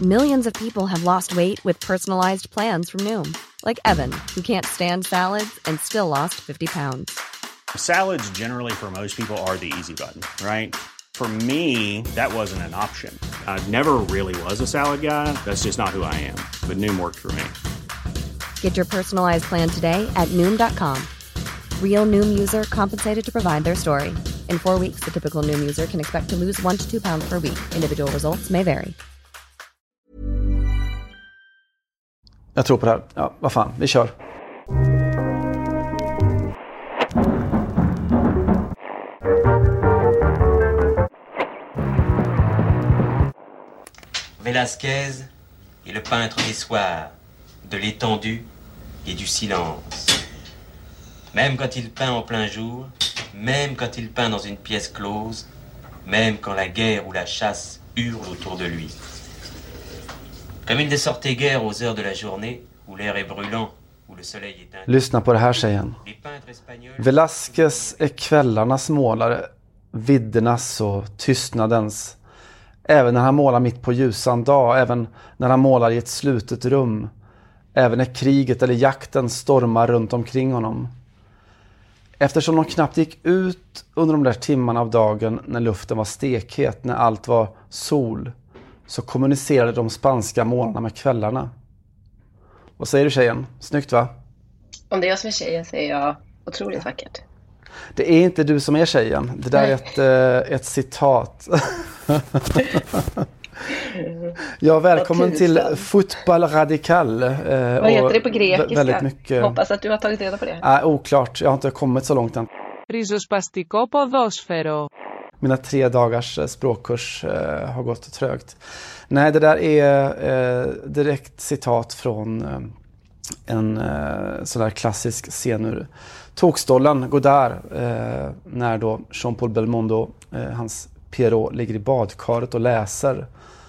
Millions of people have lost weight with personalized plans from Noom. Like Evan, who can't stand salads and still lost 50 pounds. Salads generally for most people are the easy button, right? For me, that wasn't an option. I never really was a salad guy. That's just not who I am. But Noom worked for me. Get your personalized plan today at Noom.com. Real Noom user compensated to provide their story. In 4 weeks, the typical Noom user can expect to lose 1 to 2 pounds per week. Individual results may vary. Jag tror på det här. Ja, vad fan, vi kör. Velázquez est le peintre des soirs, de l'étendue et du silence. Même quand il peint en plein jour, même quand il peint dans une pièce close, même quand la guerre ou la chasse hurle autour de lui. Comme il ne sortait guère aux heures de la journée, où l'air est brûlant, où le soleil est intense. Lyssna på det här, säger han. Velázquez är kvällarnas målare, viddernas och tystnadens. Även när han målar mitt på ljusan dag, även när han målar i ett slutet rum. Även när kriget eller jakten stormar runt omkring honom. Eftersom de knappt gick ut under de där timmarna av dagen när luften var stekhet, när allt var sol, så kommunicerade de spanska målarna med kvällarna. Vad säger du, tjejen? Snyggt, va? Om det är jag som är tjejen säger jag otroligt vackert. Det är inte du som är tjejen. Det där är ett citat. Ja, välkommen till Fotboll Radical. Vad heter det på grekiska? Väldigt mycket... Hoppas att du har tagit reda på det. Oklart, jag har inte kommit så långt än. Ριζοσπαστικό ποδόσφαιρο. Mina 3 dagars språkkurs har gått trögt. Nej, det där är direkt citat från en sån där klassisk scen ur Tokstollen Godard, när då Jean-Paul Belmondo, hans Pierrot, ligger i badkaret och läser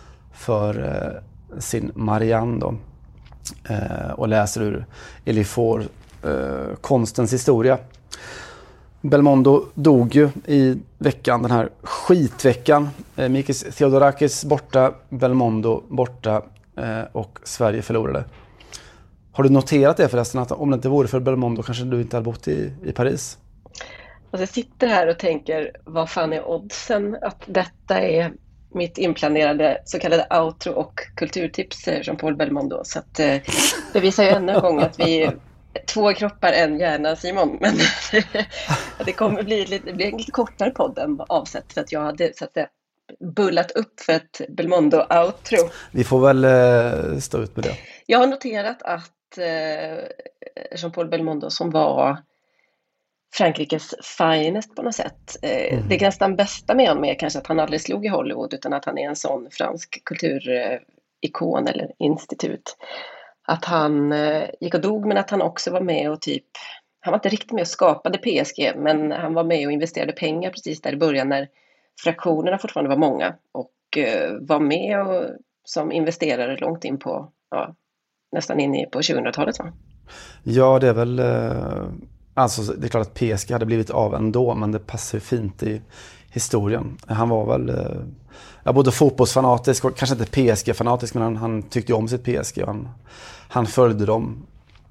för sin Marianne då, och läser ur Elifor, konstens historia. Belmondo dog ju i veckan, den här skitveckan. Mikis Theodorakis borta, Belmondo borta, och Sverige förlorade. Har du noterat det förresten, att om det inte vore för Belmondo kanske du inte hade bott i Paris? Och jag sitter här och tänker, vad fan är oddsen att detta är mitt inplanerade så kallade outro och kulturtips från Paul Belmondo. Så att det visar ju ännu en gång att vi är 2 kroppar, en hjärna, Simon. Men det kommer bli en lite kortare podd än avsett, för att jag hade så att det bullat upp för ett Belmondo-outro. Vi får väl stå ut med det. Jag har noterat att Jean-Paul Belmondo, som var Frankrikes finest på något sätt. Det är nästan bästa med honom är kanske att han aldrig slog i Hollywood, utan att han är en sån fransk kulturikon eller institut. Att han gick och dog, men att han också var med och han var inte riktigt med och skapade PSG, men han var med och investerade pengar precis där i början när fraktionerna fortfarande var många, och var med och, som investerare långt in på, nästan in på 2000-talet, va? Ja, det är väl... Alltså det är klart att PSG hade blivit av ändå, men det passar ju fint i historien. Han var väl både fotbollsfanatisk och kanske inte PSG-fanatisk, men han tyckte ju om sitt PSG. Han följde dem.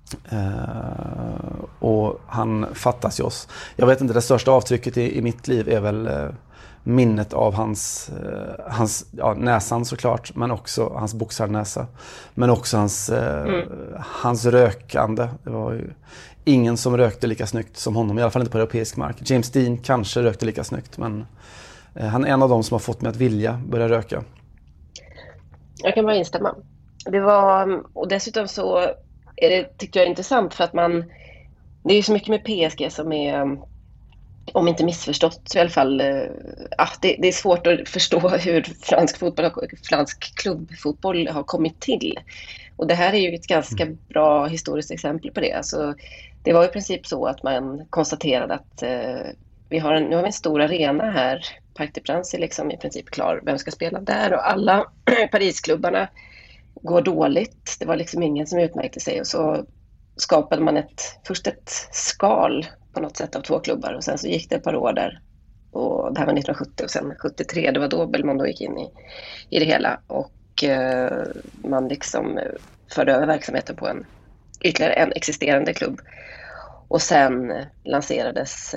Och han fattas ju oss. Jag vet inte, det största avtrycket i mitt liv är väl minnet av hans näsan såklart, men också hans boxarnäsa, men också hans rökande. Det var ju ingen som rökte lika snyggt som honom, i alla fall inte på europeisk mark. James Dean kanske rökte lika snyggt, men han är en av dem som har fått mig att vilja börja röka. Jag kan bara instämma. Det var, och dessutom så tyckte jag är intressant, för att det är ju så mycket med PSG som är, om inte missförstått så i alla fall, det är svårt att förstå hur fransk klubbfotboll har kommit till. Och det här är ju ett ganska bra historiskt exempel på det. Alltså, det var i princip så att man konstaterade att nu har vi en stor arena här. Parc des Princes är liksom i princip klar. Vem ska spela där? Och alla Parisklubbarna går dåligt. Det var liksom ingen som utmärkte sig. Och så skapade man först ett skal på något sätt av 2 klubbar. Och sen så gick det ett par år där. Och det här var 1970 och sen 73. Det var då Belmondo gick in i det hela. Och och man liksom förde över verksamheten på ytterligare en existerande klubb. Och sen lanserades,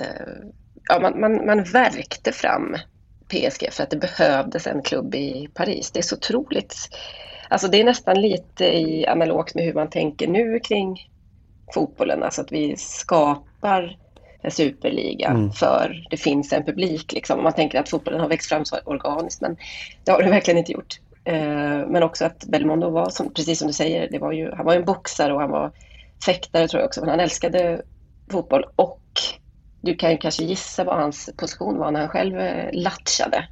man värkte fram PSG för att det behövdes en klubb i Paris. Det är så otroligt, alltså det är nästan lite i analogt med hur man tänker nu kring fotbollen. Alltså att vi skapar en superliga för det finns en publik liksom. Man tänker att fotbollen har växt fram så organiskt, men det har det verkligen inte gjort. Men också att Belmondo var, precis som du säger, han var en boxare och han var fäktare tror jag också, men han älskade fotboll. Och du kan ju kanske gissa vad hans position var när han själv latchade.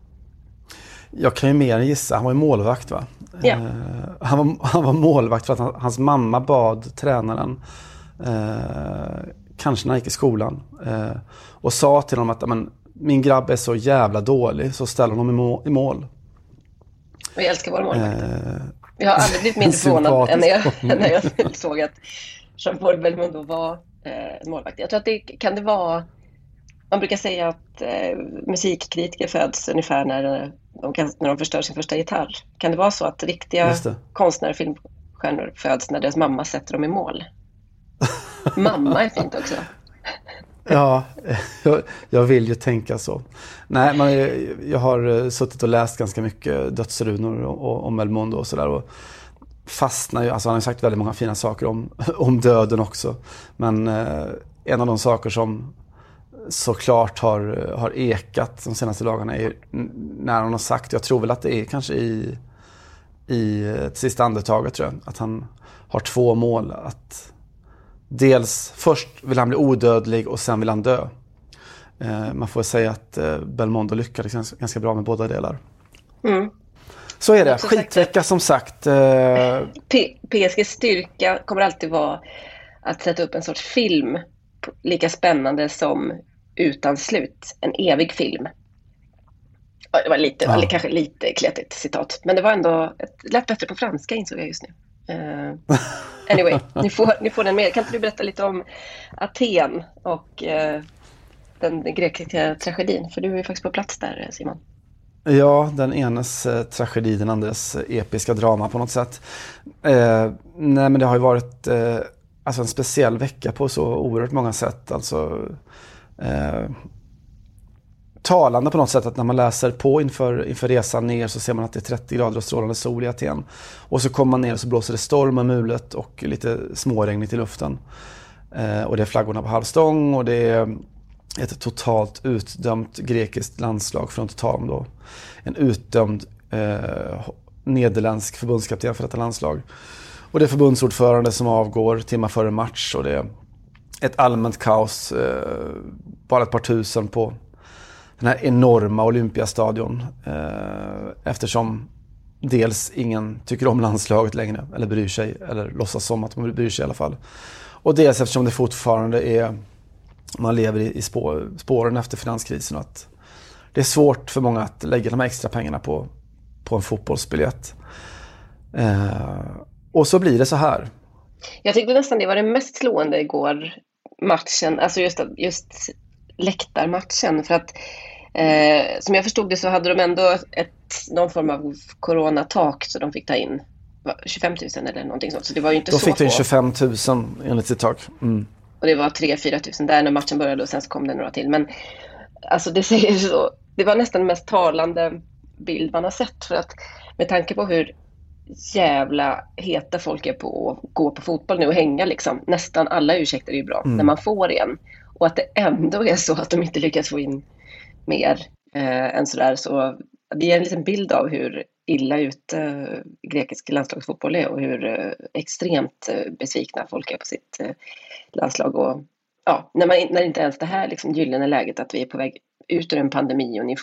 Jag kan ju mer gissa, han var ju målvakt va? Ja. Han var målvakt för att hans mamma bad tränaren, kanske när han gick i skolan, och sa till honom att min grabb är så jävla dålig så ställer honom i mål. Och jag älskar vår målvakt. Jag har aldrig blivit mindre förvånad än när jag såg att Jean-Paul Belmondo var målvakt. Jag tror att det vara, man brukar säga att musikkritiker föds ungefär när de förstör sin första gitarr. Kan det vara så att riktiga konstnärer och filmstjärnor föds när deras mamma sätter dem i mål? Mamma är fint också. Ja, jag vill ju tänka så. Nej, men jag har suttit och läst ganska mycket dödsrunor om Belmondo och sådär, och fastnar ju, alltså han har sagt väldigt många fina saker om döden också. Men en av de saker som såklart har ekat de senaste dagarna är när han har sagt, jag tror väl att det är kanske i ett sista andetaget tror jag, att han har 2 mål. Att dels först vill han bli odödlig och sen vill han dö. Man får säga att Belmondo lyckades ganska bra med båda delar. Så är det. Skitvecka som sagt. PSGs styrka kommer alltid vara att sätta upp en sorts film lika spännande som Utan slut. En evig film. Det var lite, eller kanske lite kletigt citat. Men det var ändå ett lätt bättre på franska, insåg jag just nu. Anyway, ni får den med. Kan inte du berätta lite om Aten och den grekiska tragedin? För du är ju faktiskt på plats där, Simon. Ja, den enes tragedi, den andres episka drama på något sätt. Nej, men det har ju varit alltså en speciell vecka på så oerhört många sätt. Alltså talande på något sätt att när man läser på inför resan ner så ser man att det är 30 grader och strålande sol i Aten. Och så kommer man ner och så blåser det storm och mulet och lite småregnigt i luften. Och det är flaggorna på halvstång och det är ett totalt utdömt grekiskt landslag, för att inte tala om då en utdömd nederländsk förbundskapten för detta landslag. Och det är förbundsordförande som avgår timmar före match och det är ett allmänt kaos, bara ett par tusen på den här enorma Olympiastadion, eftersom dels ingen tycker om landslaget längre eller bryr sig, eller låtsas som att man bryr sig i alla fall. Och dels eftersom det fortfarande är, man lever i spåren efter finanskrisen och att det är svårt för många att lägga de här extra pengarna på en fotbollsbiljett. Och så blir det så här. Jag tyckte nästan det var det mest slående igår, matchen, alltså just läktarmatchen, för att som jag förstod det så hade de ändå någon form av coronatak så de fick ta in 25 000 eller någonting sånt, så det var ju inte så få. Då fick ta in 25 000 enligt sitt tak. Och det var 3-4 000 där när matchen började och sen så kom det några till, men alltså det var nästan den mest talande bild man har sett, för att med tanke på hur jävla heta folk är på att gå på fotboll nu och hänga liksom. Nästan alla ursäkter är ju bra när man får igen. Och att det ändå är så att de inte lyckas få in mer än sådär. Så det ger en liten bild av hur illa ute grekisk landslagsfotboll är och hur extremt besvikna folk är på sitt landslag. Och ja, när inte ens det här liksom gyllene läget att vi är på väg ut ur en pandemi och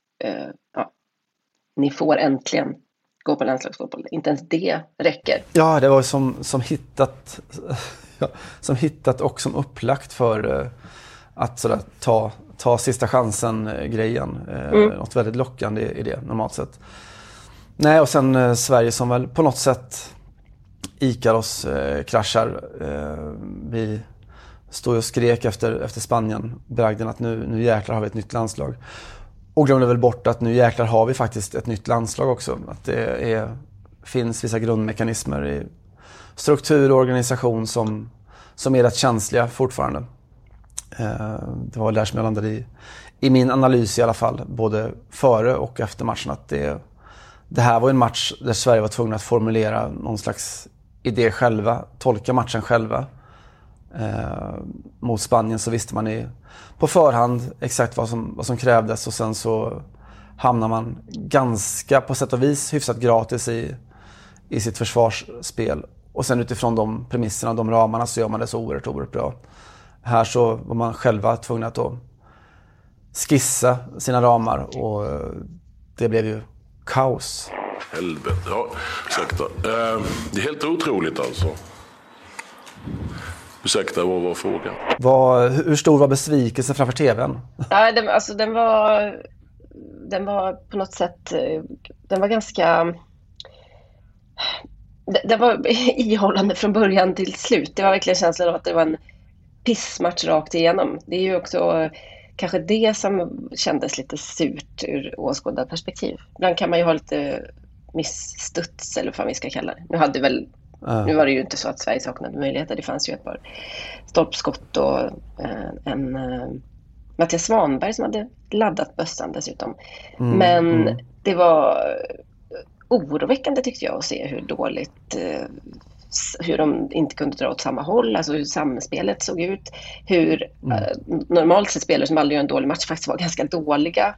ni får äntligen gå på landslagsfotboll. Inte ens det räcker. Ja, det var som hittat och som upplagt för att sådär, ta sista chansen-grejen. Något väldigt lockande i det normalt sett. Nej, och sen Sverige som väl på något sätt Ikaros kraschar. Vi stod och skrek efter Spanien, bragden att nu jäklar har vi ett nytt landslag. Och glömde väl bort att nu jäklar har vi faktiskt ett nytt landslag också. Att det finns vissa grundmekanismer i struktur och organisation som är rätt känsliga fortfarande. Det var där som jag landade i min analys i alla fall, både före och efter matchen, att det här var en match där Sverige var tvungna att formulera någon slags idé själva, tolka matchen själva. Mot Spanien så visste man på förhand exakt vad som krävdes, och sen så hamnar man ganska på sätt och vis hyfsat gratis i sitt försvarsspel. Och sen utifrån de premisserna, de ramarna, så gör man det så oerhört bra. Här så var man själva tvungna att skissa sina ramar, och det blev ju kaos. Helvete, ja, ursäkta. Det är helt otroligt alltså. Ursäkta, vad var frågan? Hur stor var besvikelsen framför tvn? Ja, den var på något sätt, den var ganska... Den var ihållande från början till slut. Det var verkligen känslan av att det var en pissmatch rakt igenom. Det är ju också kanske det som kändes lite surt ur åskådarperspektiv. Ibland kan man ju ha lite missstuds, eller vad vi ska kalla det. Nu var det ju inte så att Sverige saknade möjligheter. Det fanns ju ett par stolpskott och en Mattias Svanberg som hade laddat bössan dessutom. Men det var oroväckande, tyckte jag, att se hur dåligt, hur de inte kunde dra åt samma håll, alltså hur samspelet såg ut, hur normalt sett spelare som aldrig gör en dålig match faktiskt var ganska dåliga,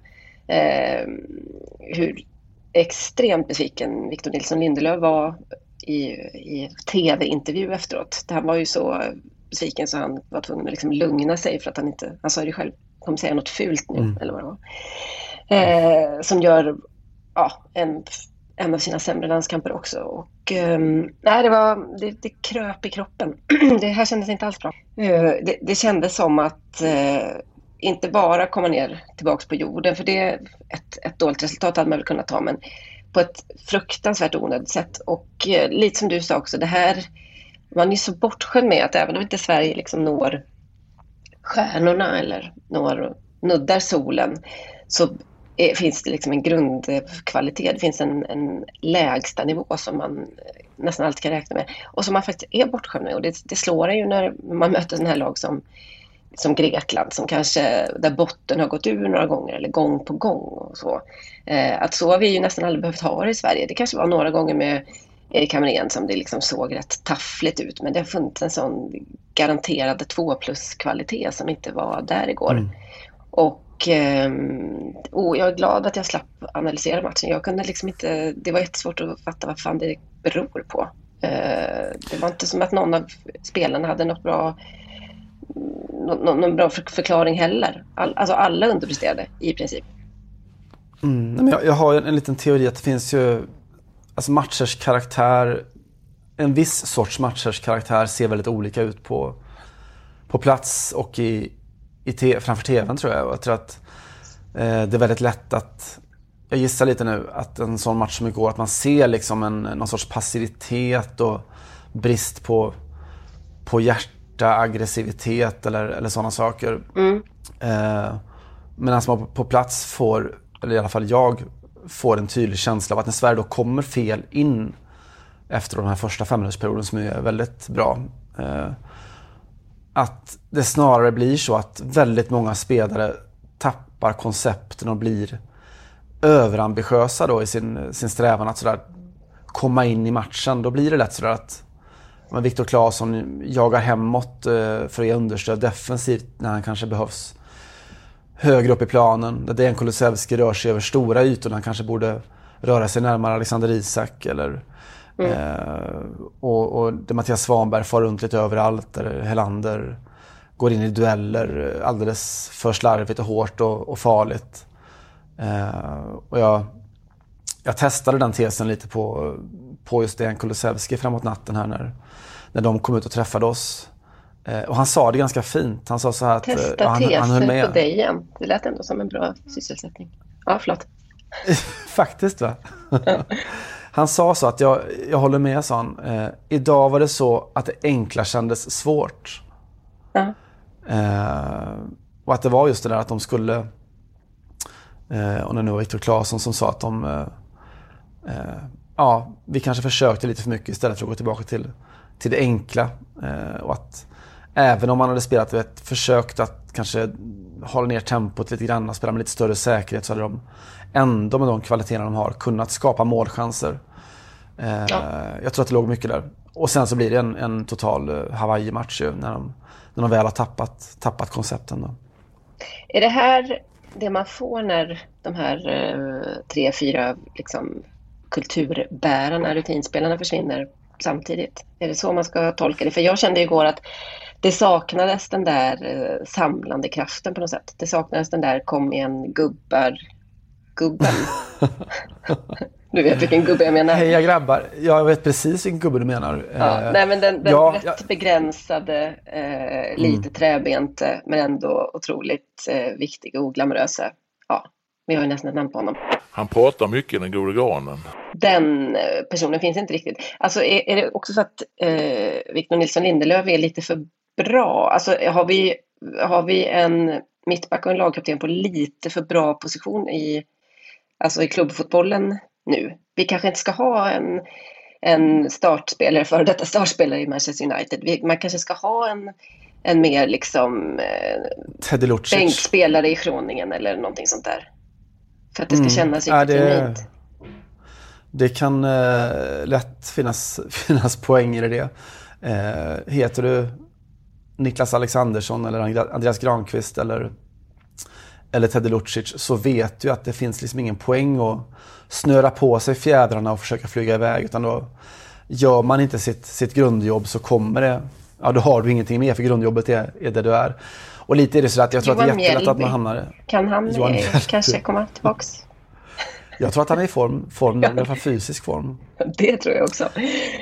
hur extremt besviken Victor Nilsson Lindelöf var i tv-intervju efteråt. Han var ju så besviken så han var tvungen att liksom lugna sig, för att han sa det själv, kommer säga något fult nu eller vad det var, som gör en av sina sämre landskamper också. Och det kröp i kroppen. Det här kändes inte alls bra. Det kändes som att inte bara komma ner tillbaks på jorden, för det är ett dåligt resultat hade man väl kunnat ta, men på ett fruktansvärt onödigt sätt. Och lite som du sa också, det här, man är så bortskämd med att även om inte Sverige liksom når stjärnorna eller nuddar solen, så finns det liksom en grundkvalitet. Det finns en lägsta nivå som man nästan alltid kan räkna med, och som man faktiskt är bortskämd med. Och det slår en ju när man möter sådana här lag som Grekland, som kanske där botten har gått ur några gånger eller gång på gång och så. Att så har vi ju nästan aldrig behövt ha det i Sverige. Det kanske var några gånger med Erik Hamrén som det liksom såg rätt taffligt ut, men det har funnits en sån garanterad 2+-kvalitet som inte var där igår. Och jag är glad att jag slapp analysera matchen. Jag kunde liksom inte, det var jättesvårt att fatta vad fan det beror på. Det var inte som att någon av spelarna hade någon bra förklaring heller. Alltså alla underpresterade i princip. Men jag har en liten teori att det finns ju, alltså matchers karaktär, en viss sorts matchers karaktär ser väldigt olika ut på plats och framför tvn, tror jag. Och jag tror att det är väldigt lätt att, jag gissar lite nu, att en sån match som igår, att man ser liksom någon sorts passivitet och brist på hjärta, aggressivitet eller sådana saker. Medan man på plats får, eller i alla fall jag får en tydlig känsla av att när Sverige då kommer fel in efter den här första 5-minutersperioden som är väldigt bra, att det snarare blir så att väldigt många spelare tappar koncepten och blir överambitiösa då i sin strävan att sådär komma in i matchen. Då blir det lätt sådär att Viktor Claesson jagar hemåt för att ge understöd defensivt när han kanske behövs högre upp i planen. Där Dejan Kulusevski rör sig över stora ytor, han kanske borde röra sig närmare Alexander Isak eller och det Mattias Svanberg far runt lite överallt, eller Helander går in i dueller alldeles för slarvigt och hårt och farligt. Och jag testade den tesen lite på just Dejan Kulusevski framåt natten här när de kom ut och träffade oss. Och han sa det ganska fint. Han sa så här att han höll med. På dig igen. Det lät ändå som en bra sysselsättning. Ja, förlåt. Faktiskt, va? Han sa så att jag håller med, sa han. Idag var det så att det enkla kändes svårt. Och att det var just det där att de skulle Och när nu var Viktor Claesson som sa att vi kanske försökte lite för mycket istället för att gå tillbaka till det enkla. Och att även om man hade spelat försökt att kanske hålla ner tempot lite grann och spela med lite större säkerhet, så hade de ändå med de kvaliteterna de har kunnat skapa målchanser. Jag tror att det låg mycket där. Och sen så blir det en total Hawaii-match ju, när de väl har tappat koncepten då. Är det här det man får när de här 3-4 liksom kulturbärarna, rutinspelarna försvinner samtidigt? Är det så man ska tolka det? För jag kände igår att det saknades den där samlande kraften på något sätt. Det saknades den där kom igen gubben. Du vet vilken gubbe jag menar. Heja grabbar, jag vet precis vilken gubbe du menar. Nej, men den rätt begränsade, lite träbente, men ändå otroligt viktiga och glamorösa. Ja, vi har ju nästan ett namn på honom. Han pratar mycket, den gode granen. Den personen finns inte riktigt. Alltså är det också så att Victor Nilsson Lindelöf är lite för bra? Alltså har vi en mittback och en lagkapten på lite för bra position i klubbfotbollen nu? Vi kanske inte ska ha en startspelare, för detta startspelare i Manchester United. Man kanske ska ha en mer liksom bänkspelare i Groningen eller någonting sånt där. För att det ska kännas riktigt genuint. Det kan lätt finnas poänger i det. Heter du Niklas Alexandersson eller Andreas Granqvist eller Teddy Lucic, så vet du att det finns liksom ingen poäng att snöra på sig fjädrarna och försöka flyga iväg, utan då gör man inte sitt grundjobb så kommer det, då har du ingenting mer, för grundjobbet är det du är. Och lite är det så att jag tror att det är jättelätt att man hamnar. Kan han kanske komma tillbaks? Jag tror att han är i form i alla fall fysisk form. Det tror jag också.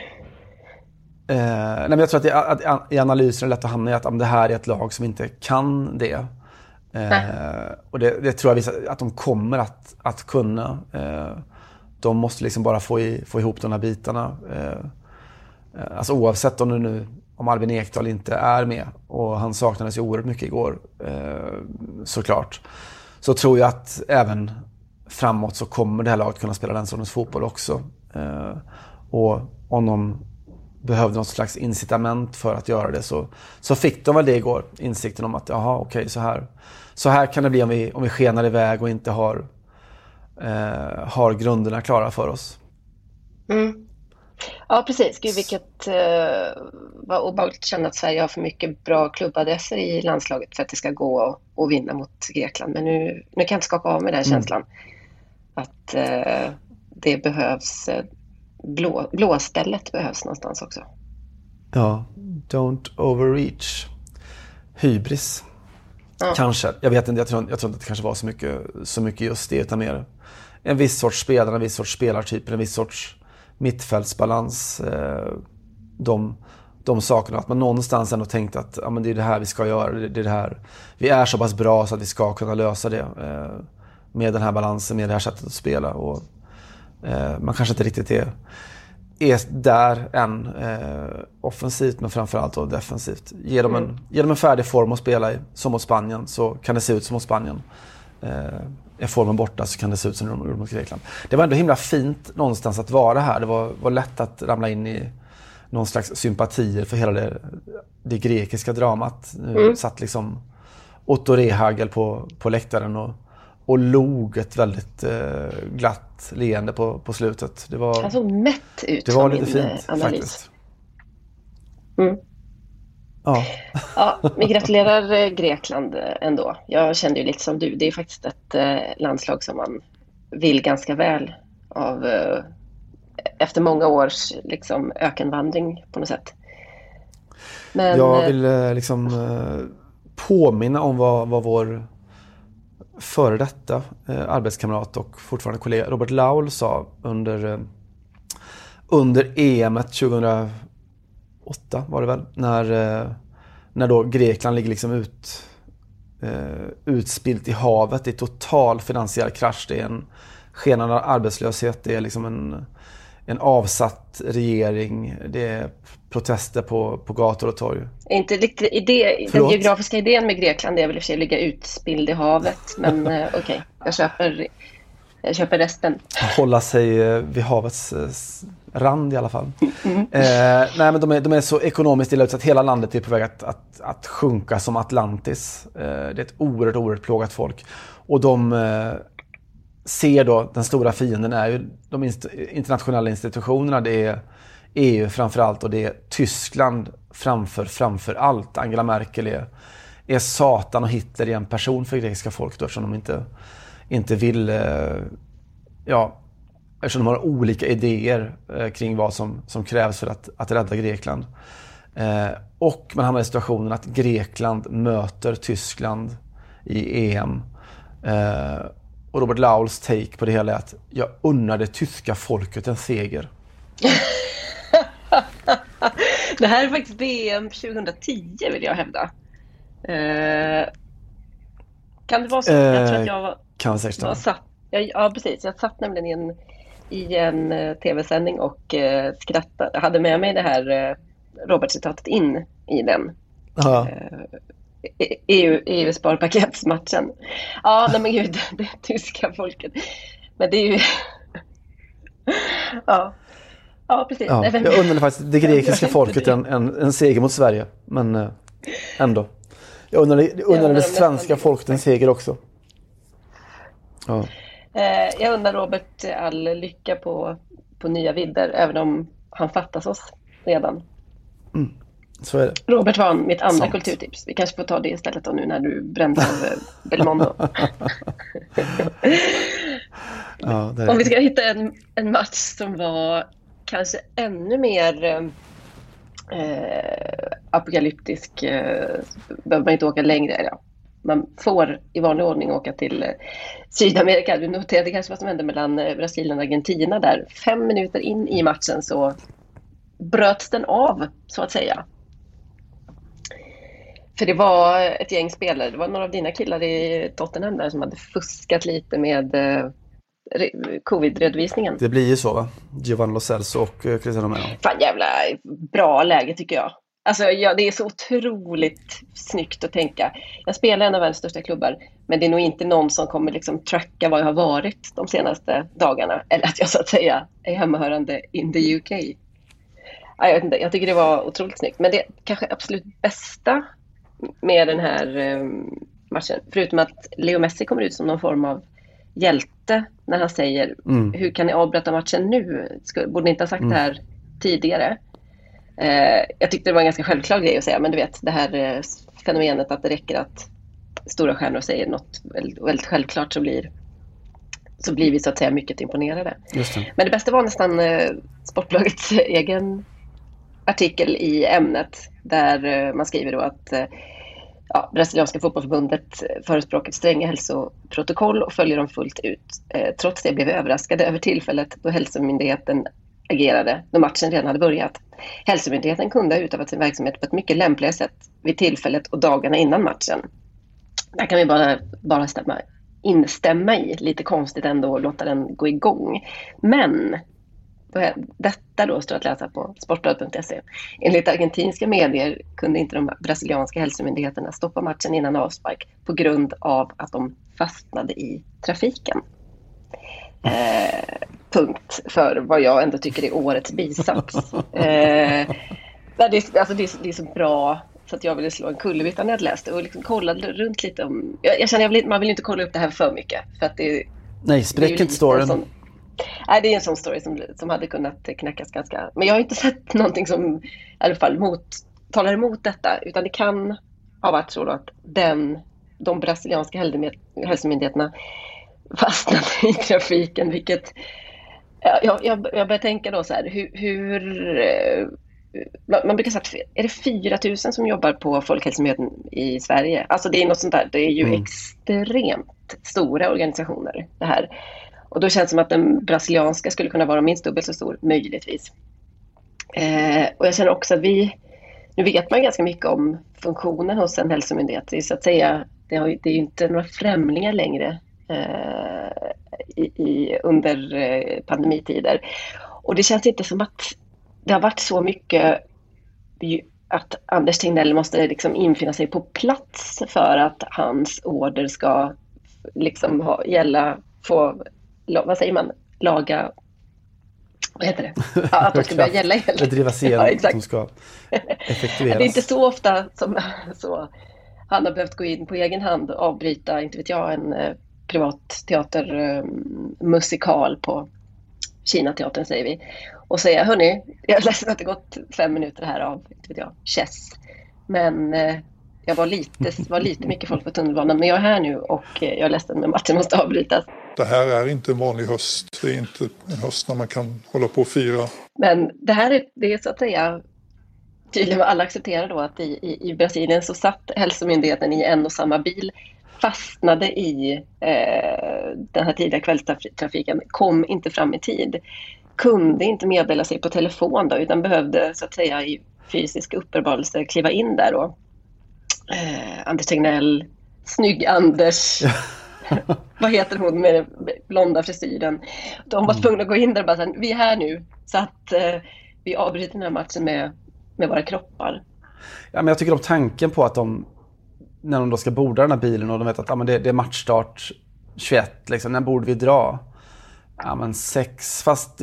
Nej, men jag tror att i analysen är det lätt att hamna i att det här är ett lag som inte kan det. Och det tror jag att de kommer att kunna. De måste liksom bara få ihop de här bitarna. Alltså oavsett om Albin Ekdal inte är med, och han saknades ju oerhört mycket igår, såklart, så tror jag att även framåt så kommer det här laget kunna spela den sortens fotboll också. Och om de behövde något slags incitament för att göra det, så fick de väl det igår. Insikten om att så här kan det bli om vi skenar iväg och inte har grunderna klara för oss. Ja, precis. Gud, vilket var obehagligt att känna att Sverige har för mycket bra klubbadresser i landslaget för att det ska gå och vinna mot Grekland. Men nu kan jag inte skaka av med den känslan att det behövs, blåstället behövs någonstans också. Ja, don't overreach. Hybris. Ja. Kanske, jag vet inte, jag tror inte att det kanske var så mycket just det, utan mer en viss sorts spelare, en viss sorts spelartyper, en viss sorts mittfältsbalans, de sakerna, att man någonstans ändå tänkte att men det är det här vi ska göra, det är det här, vi är så pass bra så att vi ska kunna lösa det med den här balansen, med det här sättet att spela, och man kanske inte riktigt är där än offensivt, men framförallt då defensivt. Ge dem en färdig form att spela i, som mot Spanien, så kan det se ut som mot Spanien. Är formen borta så kan det se ut som mot Grekland. Det var ändå himla fint någonstans att vara här. Det var lätt att ramla in i någon slags sympatier för hela det grekiska dramat. Satt liksom Otto Rehagel på läktaren och log ett väldigt glatt leende på slutet. Det var, han såg mätt ut. Det var lite fint analys. Faktiskt. Ja, vi gratulerar Grekland ändå. Jag kände ju lite som du. Det är faktiskt ett landslag som man vill ganska väl av efter många års liksom ökenvandring på något sätt. Men jag vill påminna om vad vår före detta arbetskamrat och fortfarande kollega Robert Laul sa under EM:et 2008 var det väl, när då Grekland ligger liksom utspilt i havet i total finansiell krasch. Det är en skenande arbetslöshet, det är liksom en avsatt regering, det är protester på gator och torg. Inte riktigt den geografiska idén med Grekland är väl i och för sig ligga utspild i havet, men okej. Jag köper resten. Hålla sig vid havets rand i alla fall. Nej, men de är så ekonomiskt illa ut så att hela landet är på väg att sjunka som Atlantis. Det är ett oerhört plågat folk. Och de ser då, den stora fienden är ju de internationella institutionerna. Det är EU framförallt och det är Tyskland framför allt. Angela Merkel är Satan och Hitler i en person för grekiska folk då, eftersom de inte vill, eftersom de har olika idéer kring vad som krävs för att rädda Grekland. Och man hamnar i situationen att Grekland möter Tyskland i EM. Och Robert Lauls take på det hela är att jag unnar det tyska folket en seger. Det här är faktiskt VM 2010 vill jag hävda. Kan det vara så? Jag tror att jag var satt. Ja, precis. Jag satt nämligen i en tv-sändning och skrattade. Jag hade med mig det här Robert-citatet in i den. EU-sparpaketsmatchen. Ja, nej men gud, det tyska folket. Men det är ju... Ja, precis. Ja, jag undrar faktiskt det grekiska folket en seger mot Sverige. Men ändå. Jag undrar det svenska folket en seger också. Ja. Jag undrar Robert all lycka på nya vidder, även om han fattas oss redan. Så är det. Robert var mitt andra kulturtips. Vi kanske får ta det istället då nu när du brände av Belmondo. Ja, om vi ska hitta en match som var kanske ännu mer apokalyptisk, behöver man inte åka längre. Ja. Man får i vanlig ordning åka till Sydamerika. Du noterade kanske vad som hände mellan Brasilien och Argentina där. 5 minuter in i matchen så bröts den av, så att säga. För det var ett gäng spelare. Det var några av dina killar i Tottenham där som hade fuskat lite med covid-redovisningen. Det blir ju så, va? Giovanni Lo Celso och Cristiano Romero. Fan, jävla bra läge tycker jag. Alltså det är så otroligt snyggt att tänka. Jag spelar en av världens största klubbar, men det är nog inte någon som kommer liksom tracka var jag har varit de senaste dagarna. Eller att jag så att säga är hemmahörande in the UK. Jag vet inte, jag tycker det var otroligt snyggt. Men det kanske absolut bästa med den här matchen, förutom att Leo Messi kommer ut som någon form av hjälte när han säger hur kan ni avbryta matchen nu? Borde ni inte ha sagt det här tidigare? Jag tyckte det var en ganska självklar grej att säga, men du vet, det här fenomenet att det räcker att stora stjärnor säger något väldigt självklart så blir vi så att säga mycket imponerade. Just det. Men det bästa var nästan Sportbolagets egen artikel i ämnet där man skriver då att brasilianska fotbollsförbundet förespråkar stränga hälsoprotokoll och följer dem fullt ut. Trots det blev vi överraskade över tillfället då hälsomyndigheten agerade när matchen redan hade börjat. Hälsomyndigheten kunde ha utövat sin verksamhet på ett mycket lämpligare sätt vid tillfället och dagarna innan matchen. Där kan vi bara instämma i. Lite konstigt ändå att låta den gå igång. Men detta då står att läsa på sportbladet.se. Enligt argentinska medier kunde inte de brasilianska hälsomyndigheterna stoppa matchen innan avspark på grund av att de fastnade i trafiken. Punkt för vad jag ändå tycker är årets bisats. Det är så bra så att jag ville slå en kullerbytta när jag läste och liksom kollade runt lite om... Jag känner man vill inte kolla upp det här för mycket för att det... Nej, spräck inte storyn. Nej, det är en sån story som hade kunnat knäckas ganska... Men jag har inte sett någonting som i alla fall talar emot detta. Utan det kan ha varit så då att de brasilianska hälsomyndigheterna fastnade i trafiken. Vilket... Jag börjar tänka då så här. Man brukar säga att är det 4 000 som jobbar på Folkhälsomyndigheten i Sverige? Alltså det är något sånt där. Det är ju extremt stora organisationer det här. Och då känns det som att den brasilianska skulle kunna vara minst dubbelt så stor, möjligtvis. Och jag känner också att nu vet man ganska mycket om funktionen hos en hälsomyndighet. Det är så att säga, det är ju inte några främlingar längre under pandemitider. Och det känns inte som att det har varit så mycket att Anders Tegnell måste liksom infinna sig på plats för att hans order ska liksom vad säger man? Laga, vad heter det? Ja, att de ska börja gälla helt. Det drivas igenom, ja, som ska effektueras. Det är inte så ofta som så han har behövt gå in på egen hand och avbryta, inte vet jag, en privat teatermusikal på Kinateatern, säger vi. Och säga, hörni, jag är ledsen att det gått 5 minuter här av, inte vet jag, chess. Men jag var lite mycket folk på tunnelbanan, men jag är här nu och jag är ledsen, men matchen måste avbrytas. Det här är inte en vanlig höst. Det är inte en höst när man kan hålla på och fira. Men det här är så att säga, tydligen alla accepterar då att i Brasilien så satt hälsomyndigheten i en och samma bil, fastnade i den här tidiga kvällstrafiken, kom inte fram i tid, kunde inte meddela sig på telefon då, utan behövde så att säga i fysisk uppenbarelse kliva in där då. Anders Tegnell, snygg Anders, vad heter hon med blonda frisyren? De var tvungna att gå in där och bara säga, vi är här nu, så att vi avbryter den här matchen med våra kroppar. Ja, men jag tycker om tanken på att de, när de då ska borda den här bilen och de vet att men det är matchstart 21, liksom, när borde vi dra? Ja, men 6, fast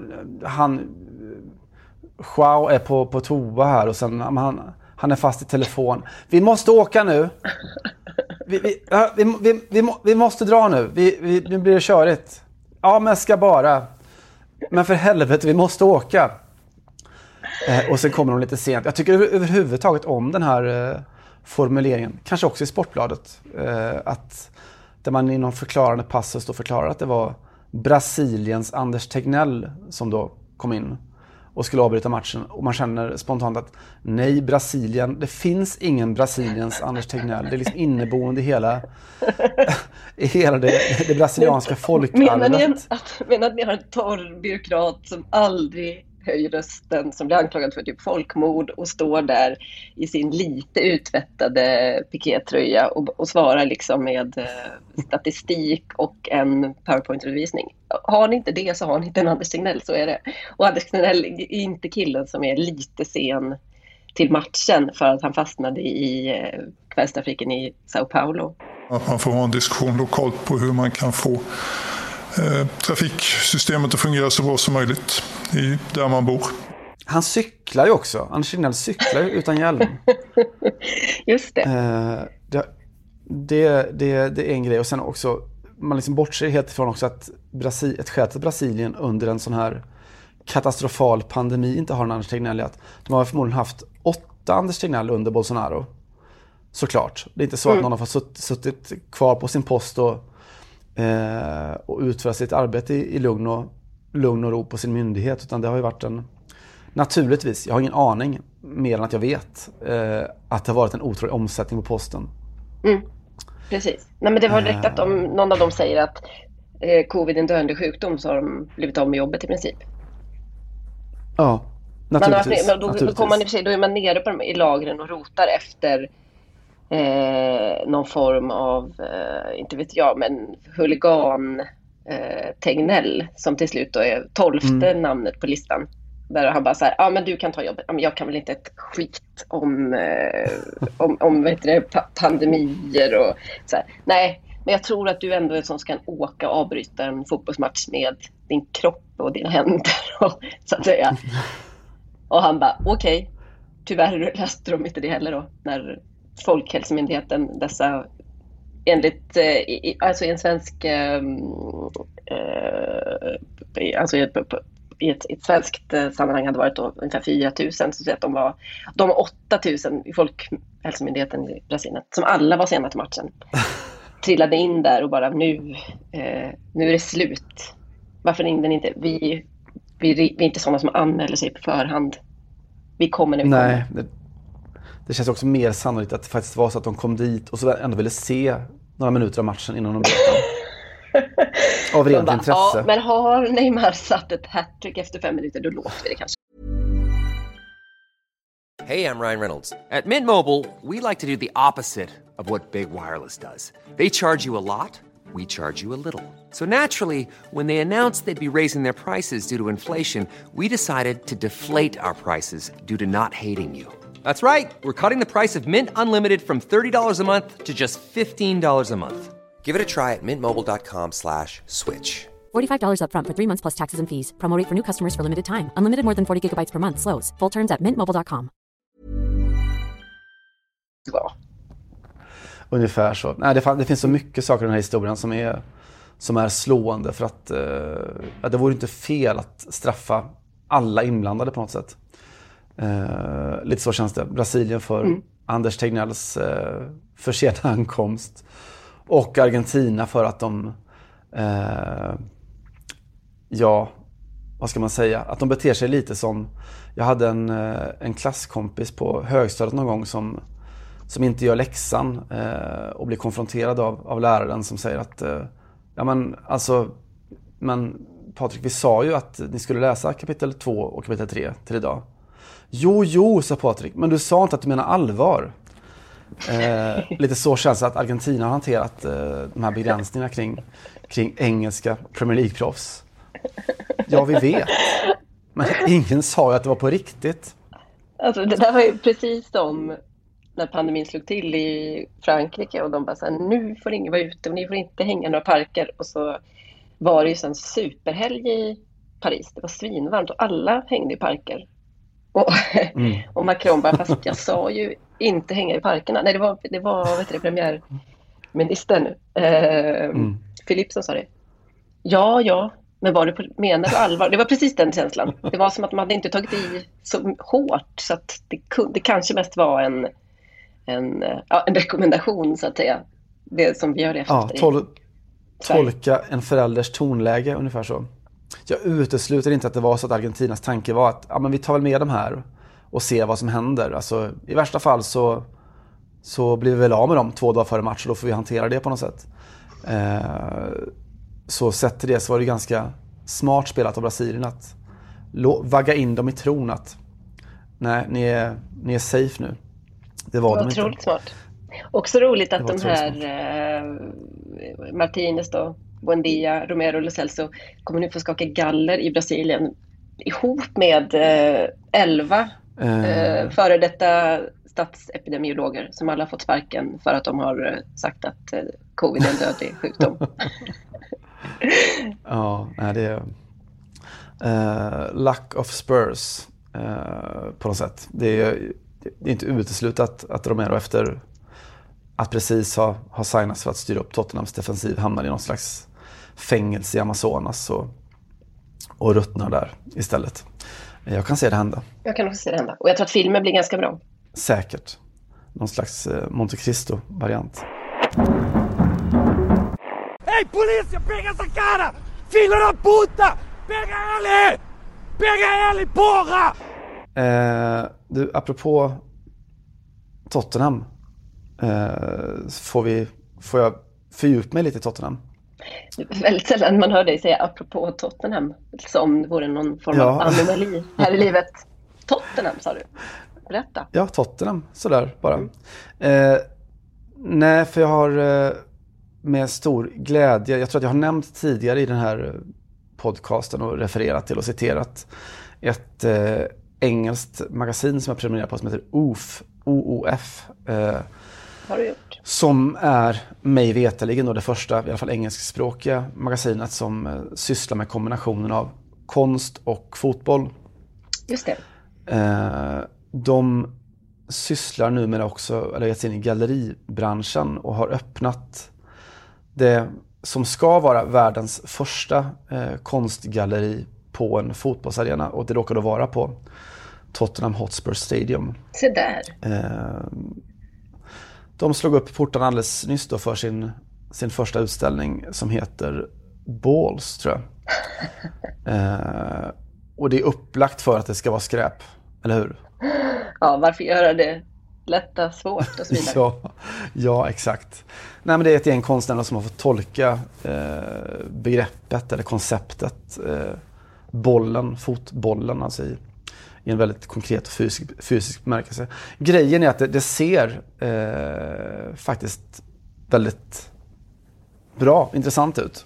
Joao är på toa här och sen han är fast i telefon. Vi måste åka nu. Vi måste dra nu. Nu blir det körigt. Ja, men jag ska bara. Men för helvete, vi måste åka. Och sen kommer de lite sent. Jag tycker överhuvudtaget om den här formuleringen. Kanske också i Sportbladet. Att där man i någon förklarande passus då förklarar att det var Brasiliens Anders Tegnell som då kom in och skulle avbryta matchen. Och man känner spontant att nej, Brasilien, det finns ingen Brasiliens Anders Tegnell. Det är liksom inneboende i hela det brasilianska folkarvet. Menar ni har en torr byråkrat som aldrig höjer rösten, som blir anklagad för typ folkmord och står där i sin lite utvättade pikétröja och svarar liksom med statistik och en PowerPoint-redovisning. Har ni inte det så har ni inte en Anders Tegnell, så är det. Och Anders Tegnell är inte killen som är lite sen till matchen för att han fastnade i kvällstrafiken i Sao Paulo. Att man får ha en diskussion lokalt på hur man kan få trafiksystemet att fungera så bra som möjligt där man bor. Han cyklar ju också. Anders Tegnell cyklar ju utan hjälm. Just det. Det är en grej. Och sen också, man liksom bortser helt ifrån också att ett skäl till Brasilien under en sån här katastrofal pandemi inte har en Anders Tegnell i att de har förmodligen haft 8 Anders Tegnell under Bolsonaro. Såklart. Det är inte så att någon har fått suttit kvar på sin post och utföra sitt arbete i lugn och ro på sin myndighet, utan det har ju varit naturligtvis, jag har ingen aning mer än att jag vet att det har varit en otrolig omsättning på posten. Precis. Nej, men det var direkt att om någon av dem säger att covid är en döende sjukdom, så har de blivit av med jobbet i princip. Ja, naturligtvis. Då är man nere i lagren och rotar efter någon form av, inte vet jag, men huligan Tegnell som till slut då är 12:e namnet på listan. Där han bara så här, men du kan ta jobbet. Men jag kan väl inte ett skit om pandemier och så här. Nej, men jag tror att du ändå är en som ska åka och avbryta en fotbollsmatch med din kropp och dina händer och, så att säga. Och han bara, okej. Tyvärr läste de inte det heller då, när Folkhälsomyndigheten, dessa enligt alltså i en svensk alltså i ett svenskt sammanhang hade varit då ungefär 4 000, så att de var 8 000 i Folkhälsomyndigheten i Brasilien som alla var sena till matchen. Trillade in där och bara nu är det slut. Varför ringde ni inte? Vi är inte sådana som anmäler sig på förhand. Vi kommer när vi kommer. Det känns också mer sannolikt att det faktiskt var så att de kom dit och så ändå ville se några minuter av matchen innan de började. Av rent intresse. Ja, men har Neymar satt ett hattrick efter 5 minuter, då låter vi det kanske. Hey, I'm Ryan Reynolds. At Mint Mobile, we like to do the opposite of what Big Wireless does. They charge you a lot, we charge you a little. So naturally, when they announced they'd be raising their prices due to inflation, we decided to deflate our prices due to not hating you. That's right. We're cutting the price of Mint Unlimited from $30 a month to just $15 a month. Give it a try at mintmobile.com/switch. $45 up front for 3 months plus taxes and fees. Promo rate for new customers for limited time. Unlimited more than 40 gigabytes per month. Slows full terms at mintmobile.com. Ungefär så. Nej, det finns så mycket saker i den här historien som är slående, för att det vore inte fel att straffa alla inblandade på något sätt. Lite så känns det. Brasilien för Anders Tegnells försenade ankomst, och Argentina för att de vad ska man säga, att de beter sig lite som, jag hade en klasskompis på högstadiet någon gång som inte gör läxan och blir konfronterad av läraren som säger att men Patrik, vi sa ju att ni skulle läsa kapitel 2 och kapitel 3 till idag. Jo, sa Patrik, men du sa inte att du menar allvar. Lite så känns det att Argentina har hanterat de här begränsningarna kring engelska Premier League-proffs. Ja, vi vet. Men ingen sa ju att det var på riktigt. Alltså, det där var ju precis som när pandemin slog till i Frankrike och de bara så här, nu får ingen vara ute och ni får inte hänga några parker. Och så var det ju en superhelg i Paris. Det var svinvarmt och alla hängde i parker. Och Macron bara, fast jag sa ju inte hänga i parkerna. Nej, det var premiärministern Philippe som sa det. Ja, men menar du allvar? Det var precis den känslan. Det var som att de hade inte tagit i så hårt, så att det kanske mest var en rekommendation, så att säga. Det som vi har levt efter. Tolka en förälders tonläge ungefär så. Jag utesluter inte att det var så att Argentinas tanke var att men vi tar väl med dem här och ser vad som händer. Alltså, i värsta fall så blir vi väl av med dem 2 dagar före match, och då får vi hantera det på något sätt. Så sett till det så var det ganska smart spelat av Brasilien att vagga in dem i tron att nej, ni är safe nu. Det var de inte. Otroligt smart. Också roligt att de här Martinez då, Buendia, Romero och Lo Celso kommer nu få skaka galler i Brasilien ihop med 11 före detta statsepidemiologer som alla fått sparken för att de har sagt att covid är en dödlig sjukdom. Ja, det är luck of Spurs på något sätt. Det är inte uteslutat att Romero efter att precis ha signats för att styra upp Tottenhams defensiv hamnar i någon slags fängelse i Amazonas och ruttnar där istället. Jag kan se det hända. Jag kan också se det hända. Och jag tror att filmen blir ganska bra. Säkert. Någon slags Monte Cristo-variant. Hej, polisen! Pega essa cara! Filho da puta! Pega ele! Pega ele, porra! Du, apropå Tottenham, får jag fördjupa mig lite i Tottenham? Väldigt sällan man hör dig säga apropå Tottenham, som det vore någon form av anomali här i livet. Tottenham, sa du. Berätta. Ja, Tottenham, sådär bara. Nej, för jag har med stor glädje, jag tror att jag har nämnt tidigare i den här podcasten och refererat till och citerat ett engelskt magasin som jag prenumererar på som heter OOF. Har du gjort? Som är mig veterligen då det första, i alla fall engelskspråkiga magasinet som sysslar med kombinationen av konst och fotboll. Just det. De sysslar numera också, eller gett sig in i galleribranschen och har öppnat det som ska vara världens första konstgalleri på en fotbollsarena, och det råkar då vara på Tottenham Hotspur Stadium. Se där. De slog upp portarna alldeles nyss då för sin första utställning som heter Balls, tror jag. Och det är upplagt för att det ska vara skräp, eller hur? Ja, varför göra det lätta svårt och så vidare? Ja, exakt. Nej, men det är ett gäng konstnärer som har fått tolka begreppet eller konceptet fotbollen, alltså i en väldigt konkret och fysisk bemärkelse. Grejen är att det ser faktiskt väldigt bra, intressant ut.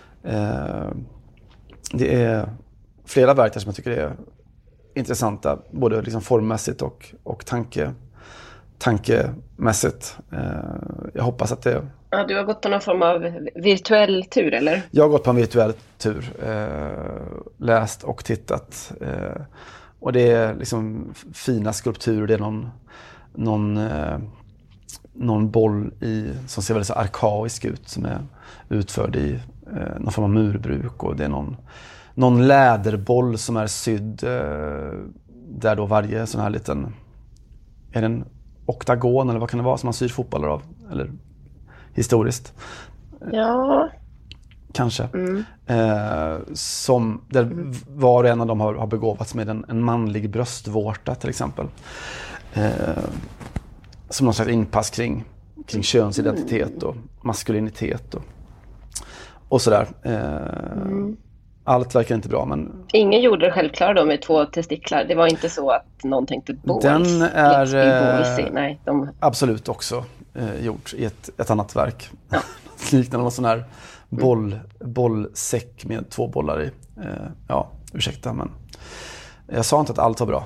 Det är flera verk som jag tycker är intressanta, både liksom formmässigt och tankemässigt. Jag hoppas att det... Ja, du har gått på någon form av virtuell tur, eller? Jag har gått på en virtuell tur. Läst och tittat. Och det är liksom fina skulpturer. Det är någon boll som ser väldigt så arkaisk ut, som är utförd i någon form av murbruk, och det är någon läderboll som är sydd där då varje sån här liten, är det en oktagon eller vad kan det vara som man syr fotbollar av, eller historiskt? Ja. Kanske. Som där var och en av dem har begåvats med en manlig bröstvårta till exempel. Som någon slags inpass kring könsidentitet och maskulinitet och sådär. Allt verkar inte bra, men... Ingen gjorde det självklart då med 2 testiklar. Det var inte så att någon tänkte balls. Den är Nej, absolut också gjort i ett annat verk. Ja. Liknande någon sån här bollsäck med 2 bollar i. Ursäkta, men jag sa inte att allt var bra.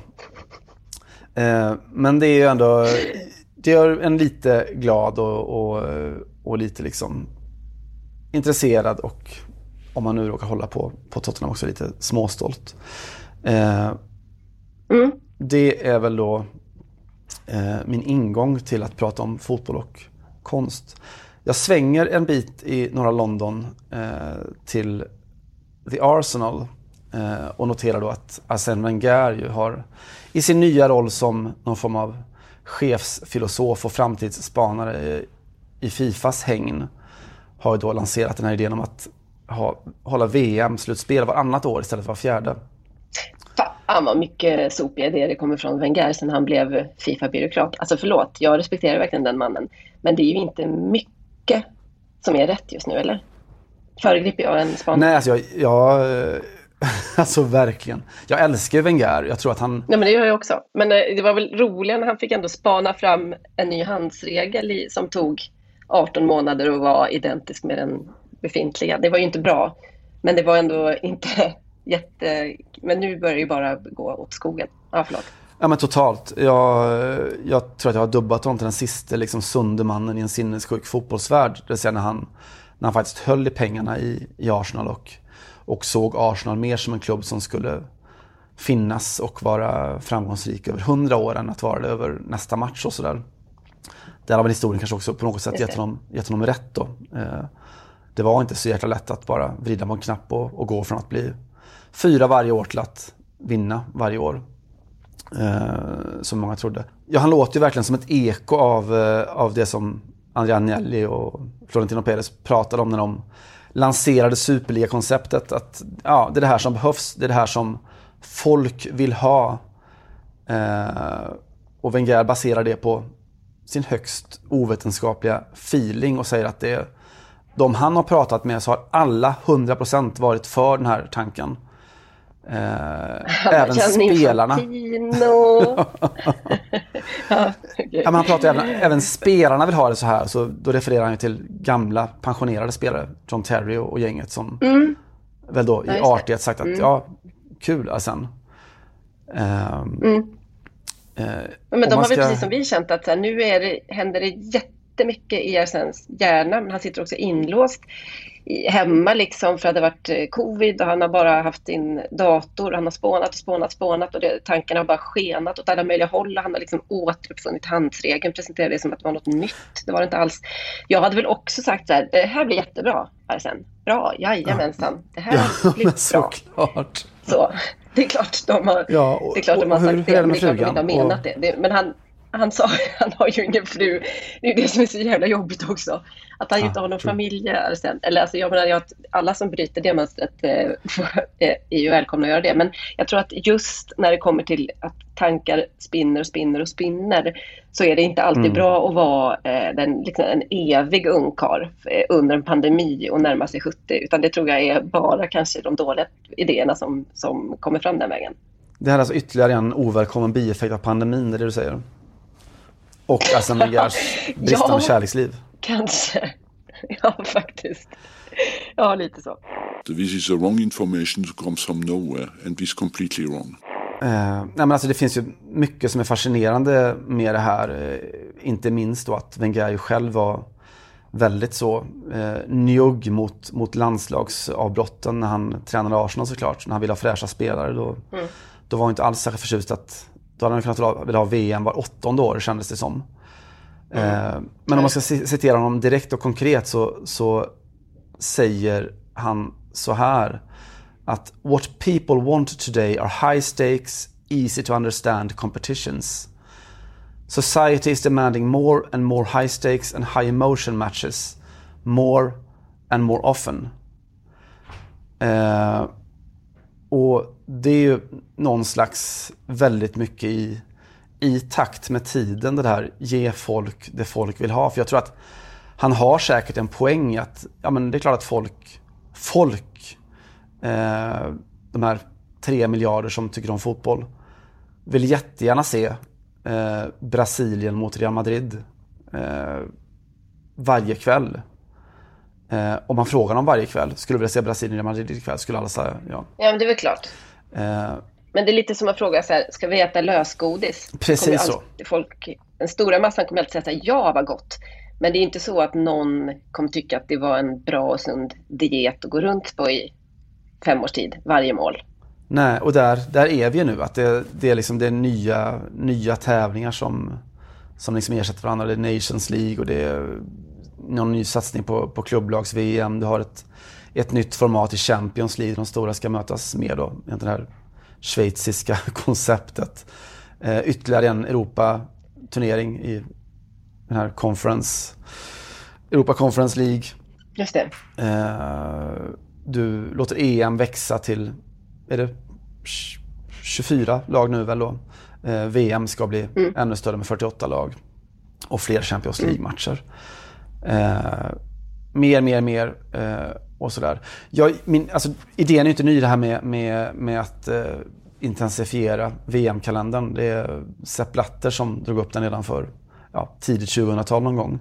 Men det är ju ändå, det gör en lite glad och lite liksom intresserad, och om man nu råkar hålla på Tottenham också lite småstolt. Det är väl då min ingång till att prata om fotboll och konst. Jag svänger en bit i norra London till The Arsenal och noterar då att Arsène Wenger ju har i sin nya roll som någon form av chefsfilosof och framtidsspanare i Fifas hägn har ju då lanserat den här idén om att hålla VM-slutspel varannat år istället för var fjärde. Fan vad mycket sopiga idéer det kommer från Wenger sen han blev FIFA-byråkrat. Alltså förlåt, jag respekterar verkligen den mannen. Men det är ju inte mycket som är rätt just nu, eller? Föregriper jag en spaning? Nej, alltså jag alltså verkligen. Jag älskar Wenger. Jag tror att han... Nej, men det gör jag också. Men det var väl roligt när han fick ändå spana fram en ny handsregel som tog 18 månader och var identisk med den befintliga. Det var ju inte bra. Men det var ändå inte men nu börjar ju bara gå åt skogen. Ja, förlåt. Ja, men totalt. Jag tror att jag har dubbat honom till den sista liksom sunde mannen i en sinnessjuk fotbollsvärld. Det vill säga när han faktiskt höll i pengarna i Arsenal och såg Arsenal mer som en klubb som skulle finnas och vara framgångsrik över 100 år än att vara det över nästa match och sådär. Där har väl historien kanske också på något sätt gett honom rätt då. Det var inte så jäkla lätt att bara vrida på en knapp och gå från att bli 4 varje år till att vinna varje år. Som många trodde. Ja, han låter ju verkligen som ett eko av det som Andrea Agnelli och Florentino Perez pratade om när de lanserade Superliga-konceptet. Att ja, det är det här som behövs, det är det här som folk vill ha. Och Wenger baserar det på sin högst ovetenskapliga feeling och säger att de han har pratat med så har alla 100% varit för den här tanken. Även spelarna. Ja, okay. Ja, men han pratar även spelarna vill ha det så här, så då refererar han ju till gamla pensionerade spelare, John Terry och gänget som väl då i artighet sagt att ja, kul sen. Men de har väl precis som vi känt att så här, nu händer det jättemycket i Arsens hjärna, men han sitter också inlåst hemma liksom för att det har varit covid och han har bara haft sin dator, han har spånat och tankarna har bara skenat åt alla möjliga håll. Han har liksom återuppfunnit handsregeln, presenterade det som att det var något nytt. Det var det inte alls. Jag hade väl också sagt så här, det här blir jättebra Arsen. Bra, jajamensan. Det här blir bra. Såklart. Så, det är klart de har, det är klart de har sagt det, men det är klart de inte har menat det. Men han sa, han har ju ingen fru. Det är det som är så jävla jobbigt också. Att han inte har någon familj. Eller alltså, jag menar, alla som bryter det mönstret är ju välkomna att göra det. Men jag tror att just när det kommer till att tankar spinner så är det inte alltid bra att vara liksom en evig ungkar under en pandemi och närma sig 70. Utan det tror jag är bara kanske de dåliga idéerna som kommer fram den vägen. Det här är alltså ytterligare en ovälkommen bieffekt av pandemin, det är det du säger? Och Arsène Wengers bristande kärleksliv. Kanske. Ja, faktiskt. Ja, lite så. This is the wrong information that comes from nowhere and is completely wrong. Nej, men alltså det finns ju mycket som är fascinerande med det här. Inte minst då att Wenger ju själv var väldigt så njugg mot landslagsavbrotten när han tränade Arsenal såklart. När han ville ha fräscha spelare då var han inte alls särskilt förtjust att då hade han kunnat vilja ha VM var 8:e år, kändes det som. Men om man ska citera honom direkt och konkret så säger han så här att what people want today are high stakes, easy to understand competitions. Society is demanding more and more high stakes and high emotion matches, more and more often. Och det är ju någon slags väldigt mycket i takt med tiden, det där ge folk det folk vill ha. För jag tror att han har säkert en poäng att men det är klart att folk de här 3 miljarder som tycker om fotboll vill jättegärna se Brasilien mot Real Madrid varje kväll. Om man frågar om varje kväll, skulle du vilja se Brasilien Real Madrid ikväll, skulle alla säga ja. Ja, men det är väl klart. Men det är lite som att fråga så här, ska vi äta lösgodis? Precis så. Den stora massan kommer alltid säga så här, ja vad gott. Men det är inte så att någon kommer tycka att det var en bra och sund diet att gå runt på i 5 års tid, varje mål. Nej, och där är vi nu. Att det är liksom det är nya tävlingar som liksom ersätter varandra. Det är Nations League och det är någon ny satsning på klubblags-VM. Du har ett nytt format i Champions League. De stora ska mötas med då. Det här schweiziska konceptet. Ytterligare en Europa-turnering i den här Europa Conference League. Just det. Du låter EM växa till, är det 24 lag nu väl då? VM ska bli ännu större med 48 lag. Och fler Champions League-matcher. Mer och sådär. Alltså, idén är ju inte ny det här med att intensifiera VM-kalendern. Det är Sepp Blatter som drog upp den redan för tidigt 2000-tal någon gång.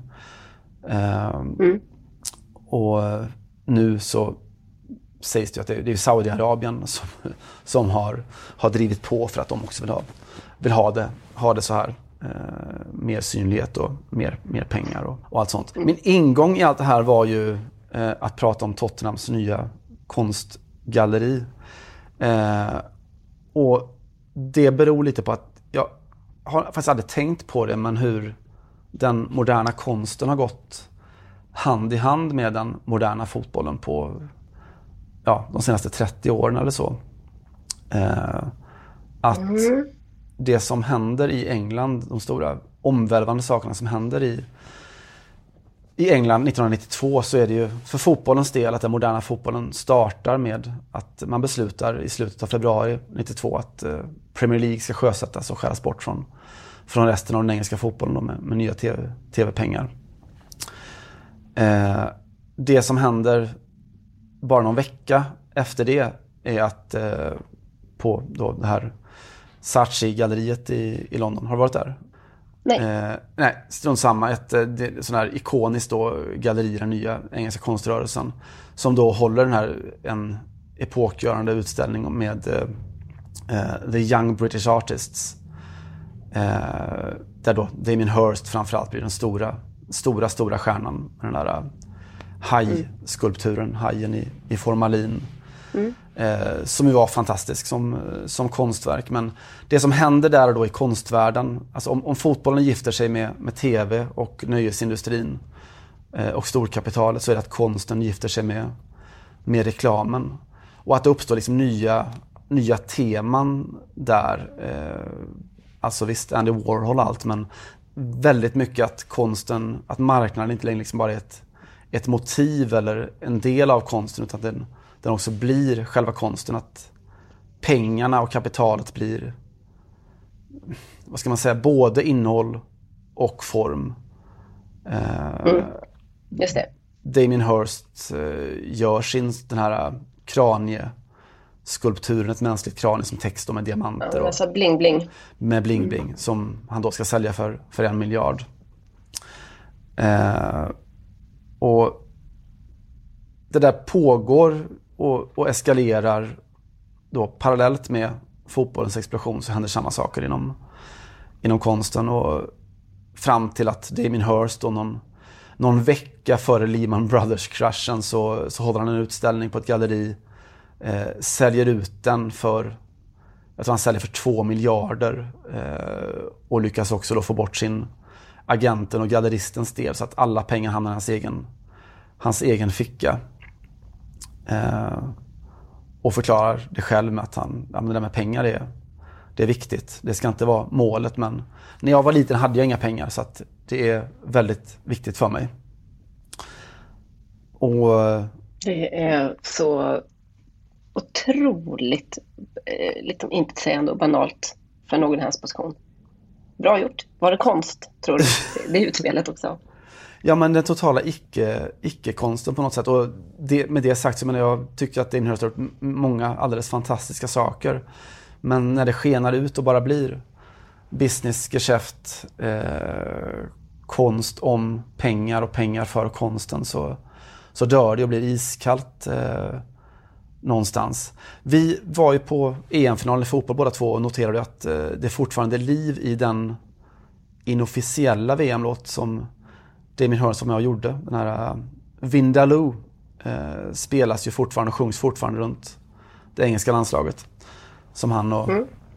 Och nu så sägs det att det är Saudiarabien som har drivit på för att de också vill ha det så här. Mer synlighet och mer pengar och allt sånt. Min ingång i allt det här var ju att prata om Tottenhams nya konstgalleri. Och det beror lite på att jag har faktiskt aldrig tänkt på det, men hur den moderna konsten har gått hand i hand med den moderna fotbollen på de senaste 30 åren eller så. Att det som händer i England, de stora omvälvande sakerna som händer i England 1992, så är det ju för fotbollens del att den moderna fotbollen startar med att man beslutar i slutet av februari 92 att Premier League ska sjösättas och skäras bort från resten av den engelska fotbollen med nya tv-pengar. Det som händer bara någon vecka efter det är att på då det här Saatchi-galleriet i London, har du varit där? Nej, strunt samma. Ett sån här ikoniskt då galleri, den nya engelska konströrelsen, som då håller en epokgörande utställning med The Young British Artists, där då Damien Hirst framförallt blir den stora stjärnan med den där hajskulpturen, hajen i formalin. Som ju var fantastisk som konstverk. Men det som händer där och då i konstvärlden, alltså om fotbollen gifter sig med tv och nöjesindustrin och storkapitalet, så är det att konsten gifter sig med reklamen. Och att det uppstår liksom nya teman där. Alltså visst, Andy Warhol och allt, men väldigt mycket att marknaden inte längre liksom bara är ett motiv eller en del av konsten, utan den också blir själva konsten, att pengarna och kapitalet blir, vad ska man säga, både innehåll och form. Just det. Damien Hirst gör den här kranieskulpturen, ett mänskligt kranie som täcks med diamanter och alltså bling-bling. Med bling-bling som han då ska sälja för 1 miljard. Och det där pågår och eskalerar då parallellt med fotbollens explosion så händer samma saker inom konsten. Och fram till att Damien Hirst då någon vecka före Lehman Brothers-kraschen så håller han en utställning på ett galleri, säljer ut den för, jag tror han säljer för 2 miljarder och lyckas också då få bort sin agenten och galleristens del så att alla pengar hamnar i hans egen ficka. Och förklarar det själv med att det där med pengar det är viktigt. Det ska inte vara målet, men när jag var liten hade jag inga pengar så att det är väldigt viktigt för mig. Och det är så otroligt liksom intetsägande och banalt för någon i hans position. Bra gjort. Var det konst, tror du? Det är utspelet också. Ja, men den totala icke-konsten på något sätt. Och med det sagt så menar jag tycker att Damien Hirst har gjort många alldeles fantastiska saker. Men när det skenar ut och bara blir businessgeschäft, konst om pengar och pengar för konsten så dör det och blir iskallt någonstans. Vi var ju på EM-finalen i fotboll båda två och noterade att det fortfarande är liv i den inofficiella VM-låt som Damien Hirst som jag gjorde. Den här Vindaloo spelas ju fortfarande och sjungs fortfarande runt det engelska landslaget. Som han och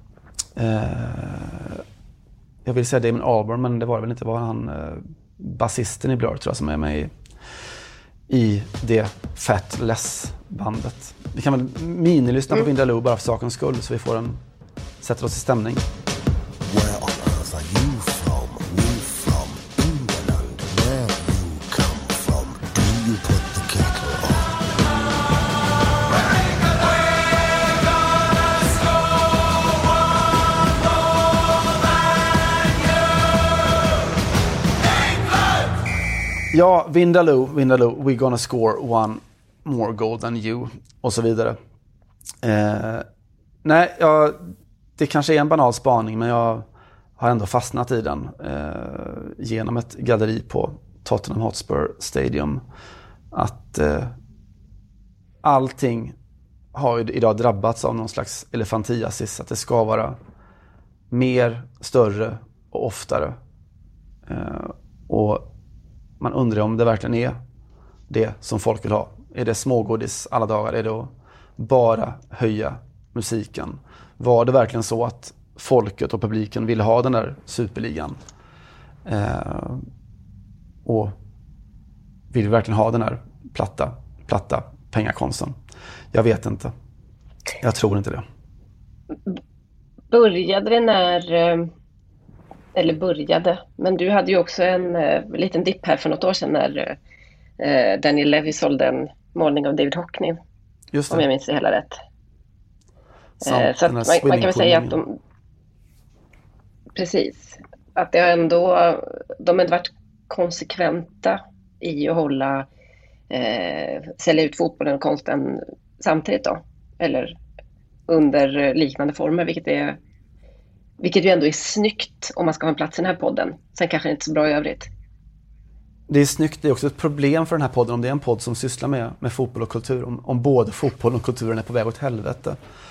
jag vill säga Damon Albarn, men det var väl inte, var han basisten i Blur tror jag som är med i det Fat Less-bandet. Vi kan väl minilyssna på Vindaloo bara för sakens skull så vi får sätter oss i stämning. Where on earth are you from? We from England. Where you come from? Do you put the kettle on? Ja, Vindaloo, we're gonna score one more goal than you och så vidare. Det kanske är en banal spaning, men jag har ändå fastnat i den genom ett galleri på Tottenham Hotspur Stadium. Att allting har ju idag drabbats av någon slags elefantiasis, att det ska vara mer, större och oftare. Och man undrar om det verkligen är det som folk vill ha. Är det smågodis alla dagar? Är det att bara höja musiken? Var det verkligen så att folket och publiken ville ha den där superligan? Och vill vi verkligen ha den där platta pengakonsten? Jag vet inte. Jag tror inte det. Började det men du hade ju också en liten dipp här för något år sedan när Daniel Levy sålde en målning av David Hockney. Just det. Om jag minns det hela rätt. Så att man kan väl säga att att det har ändå, de har varit konsekventa i att sälja ut fotbollen och konsten samtidigt då, eller under liknande former, vilket ju ändå är snyggt om man ska ha en plats i den här podden. Sen kanske det inte är så bra i övrigt. Det är snyggt, det är också ett problem för den här podden om det är en podd som sysslar med fotboll och kultur. Om både fotboll och kulturen är på väg åt helvete.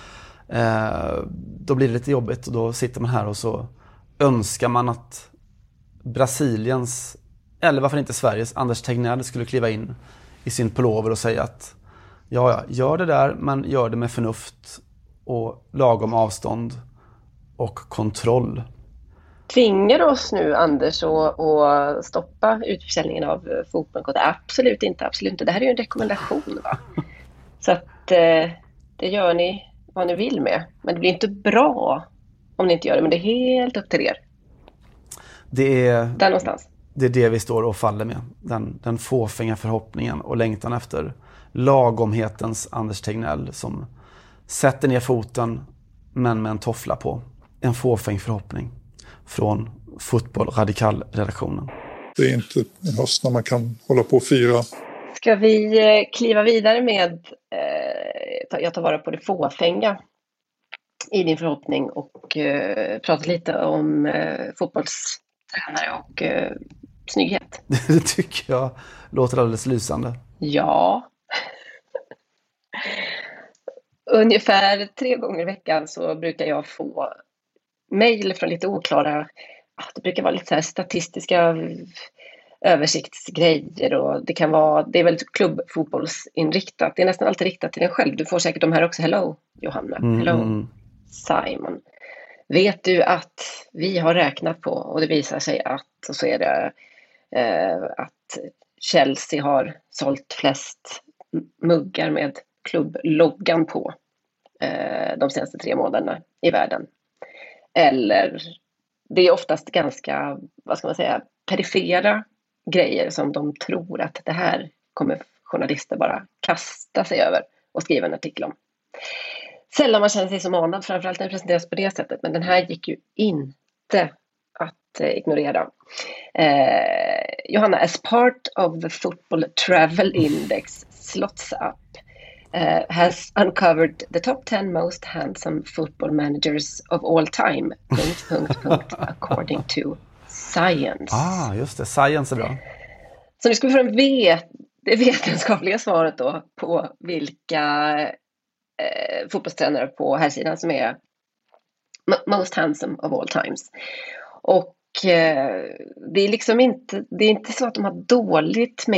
Då blir det lite jobbigt och då sitter man här och så önskar man att Brasiliens, eller varför inte Sveriges, Anders Tegnell skulle kliva in i sin pullover och säga att ja, gör det där, men gör det med förnuft och lagom avstånd och kontroll. Tvingar oss nu, Anders, att stoppa utförsäljningen av fotboll? Absolut inte. Det här är ju en rekommendation, va? Så att det gör ni vad ni vill med. Men det blir inte bra om ni inte gör det. Men det är helt upp till er. Det är där någonstans. Det är det vi står och faller med. Den fåfänga förhoppningen och längtan efter lagomhetens Anders Tegnell som sätter ner foten men med en toffla på. En fåfäng förhoppning från Fotboll-radikal-redaktionen. Det är inte en höst när man kan hålla på och fira. Ska vi kliva vidare med jag tar vara på det fåfänga i din förhoppning och prata lite om fotbollstränare och snygghet? Det tycker jag låter alldeles lysande. Ja. ungefär 3 gånger i veckan så brukar jag få mejl från lite oklara, det brukar vara lite så här statistiska översiktsgrejer och det är väldigt klubbfotbollsinriktat. Det är nästan alltid riktat till en själv. Du får säkert de här också. Hello Johanna, hello Simon. Vet du att vi har räknat på, och det visar sig att, och så är det att Chelsea har sålt flest muggar med klubbloggan på de senaste 3 månaderna i världen. Eller det är oftast ganska, vad ska man säga, perifera grejer som de tror att det här kommer journalister bara kasta sig över och skriva en artikel om. Sällan man känner sig så manad, framförallt när det presenteras på det sättet, men den här gick ju inte att ignorera. Johanna, as part of the Football Travel Index Slots Up has uncovered the top 10 most handsome football managers of all time, according to Science. Just det. Science är bra. Så nu ska vi få det vetenskapliga svaret då på vilka fotbollstränare på här sidan som är most handsome of all times. Och det är liksom inte så att de har dåligt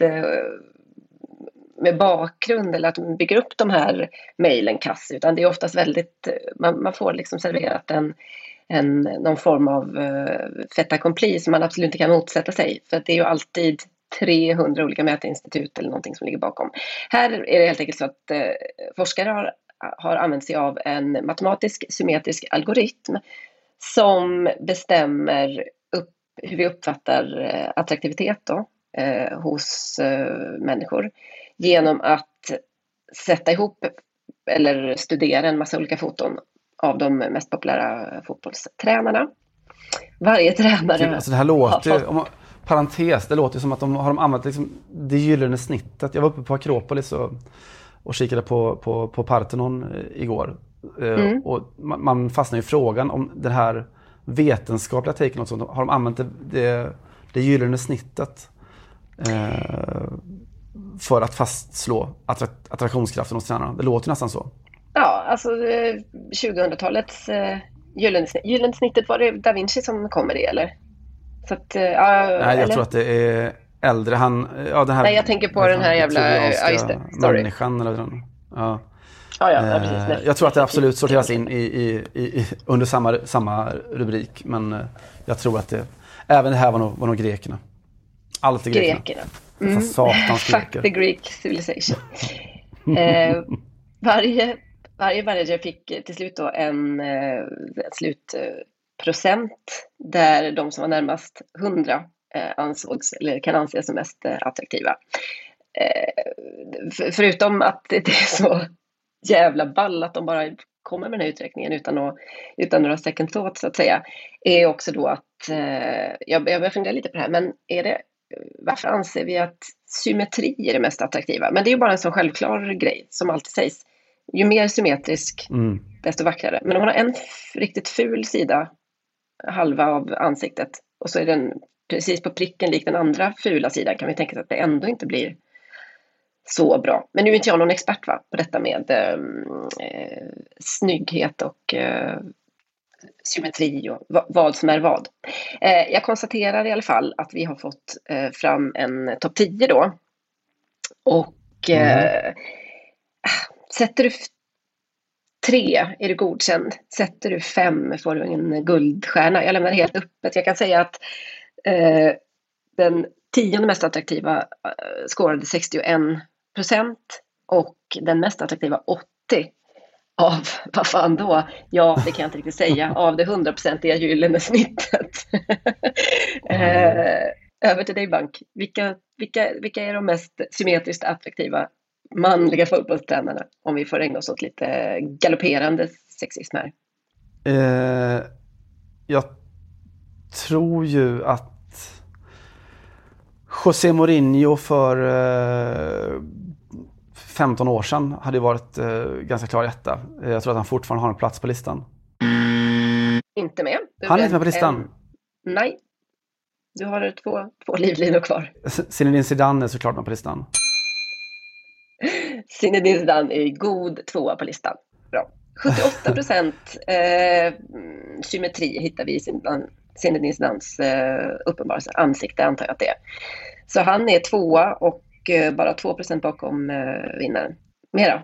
med bakgrund eller att de bygger upp de här mejlen kass, utan det är oftast väldigt, man får liksom serverat någon form av fait accompli som man absolut inte kan motsätta sig, för att det är ju alltid 300 olika mätinstitut eller någonting som ligger bakom. Här är det helt enkelt så att forskare har använt sig av en matematisk symmetrisk algoritm som bestämmer hur vi uppfattar attraktivitet då, hos människor genom att sätta ihop eller studera en massa olika foton av de mest populära fotbollstränarna. Varje tränare... Alltså det här låter ju, parentes, det låter som att de har använt liksom det gyllene snittet. Jag var uppe på Akropolis och kikade på Parthenon igår. Och man fastnar i frågan om den här vetenskapliga taken och sånt. Har de använt det gyllene snittet för att fastslå attraktionskraften hos tränarna? Det låter nästan så. Ja, alltså 2000-talets gyllene snittet, var det Da Vinci som kommer det, eller? Så att, nej, jag tror att det är äldre. Nej, jag tänker på den här jävla... just det. Sorry. Människan eller den. Ja. Precis. Jag tror att det absolut sorteras in under samma rubrik, men jag tror att även det här var nog grekerna. Allt är grekerna. Fuck the Greek civilization. Varje manager fick till slut då en slutprocent där de som var närmast 100 ansågs eller kan anses som mest attraktiva. Förutom att det är så jävla ball att de bara kommer med den här uträkningen utan några second thoughts så att säga, är också då att jag börjar fundera lite på det här, men varför anser vi att symmetri är det mest attraktiva? Men det är ju bara en sån självklar grej som alltid sägs. Ju mer symmetrisk, desto vackrare. Men om man har en riktigt ful sida, halva av ansiktet, och så är den precis på pricken lik den andra fula sidan, kan vi tänka sig att det ändå inte blir så bra. Men nu är inte jag någon expert på detta med snygghet och symmetri och vad som är vad. Jag konstaterar i alla fall att vi har fått fram en topp 10 då. Och sätter du 3 är du godkänd. Sätter du 5 får du en guldstjärna. Jag lämnar det helt öppet. Jag kan säga att den 10:e mest attraktiva scorade 61% och den mest attraktiva 80% av, vad fan då? Ja, det kan jag inte riktigt säga. Av det 100% gyllene snittet. Över till dig, Bank. Vilka är de mest symmetriskt attraktiva manliga fotbollstränarna? Om vi får ägna oss åt lite galopperande sexism här. Jag tror ju att José Mourinho för 15 år sedan hade varit ganska klar etta. Jag tror att han fortfarande har en plats på listan. Inte med. Han är inte med på listan? Nej. Du har 2 livlinor kvar. Zinedine Zidane är såklart med på listan. Zinedine Zidane är god tvåa på listan. Bra. 78% symmetri hittar vi i Zinedine Zidanes uppenbara ansikte, antar jag att det är. Så han är tvåa och bara 2% bakom vinnaren. Mera?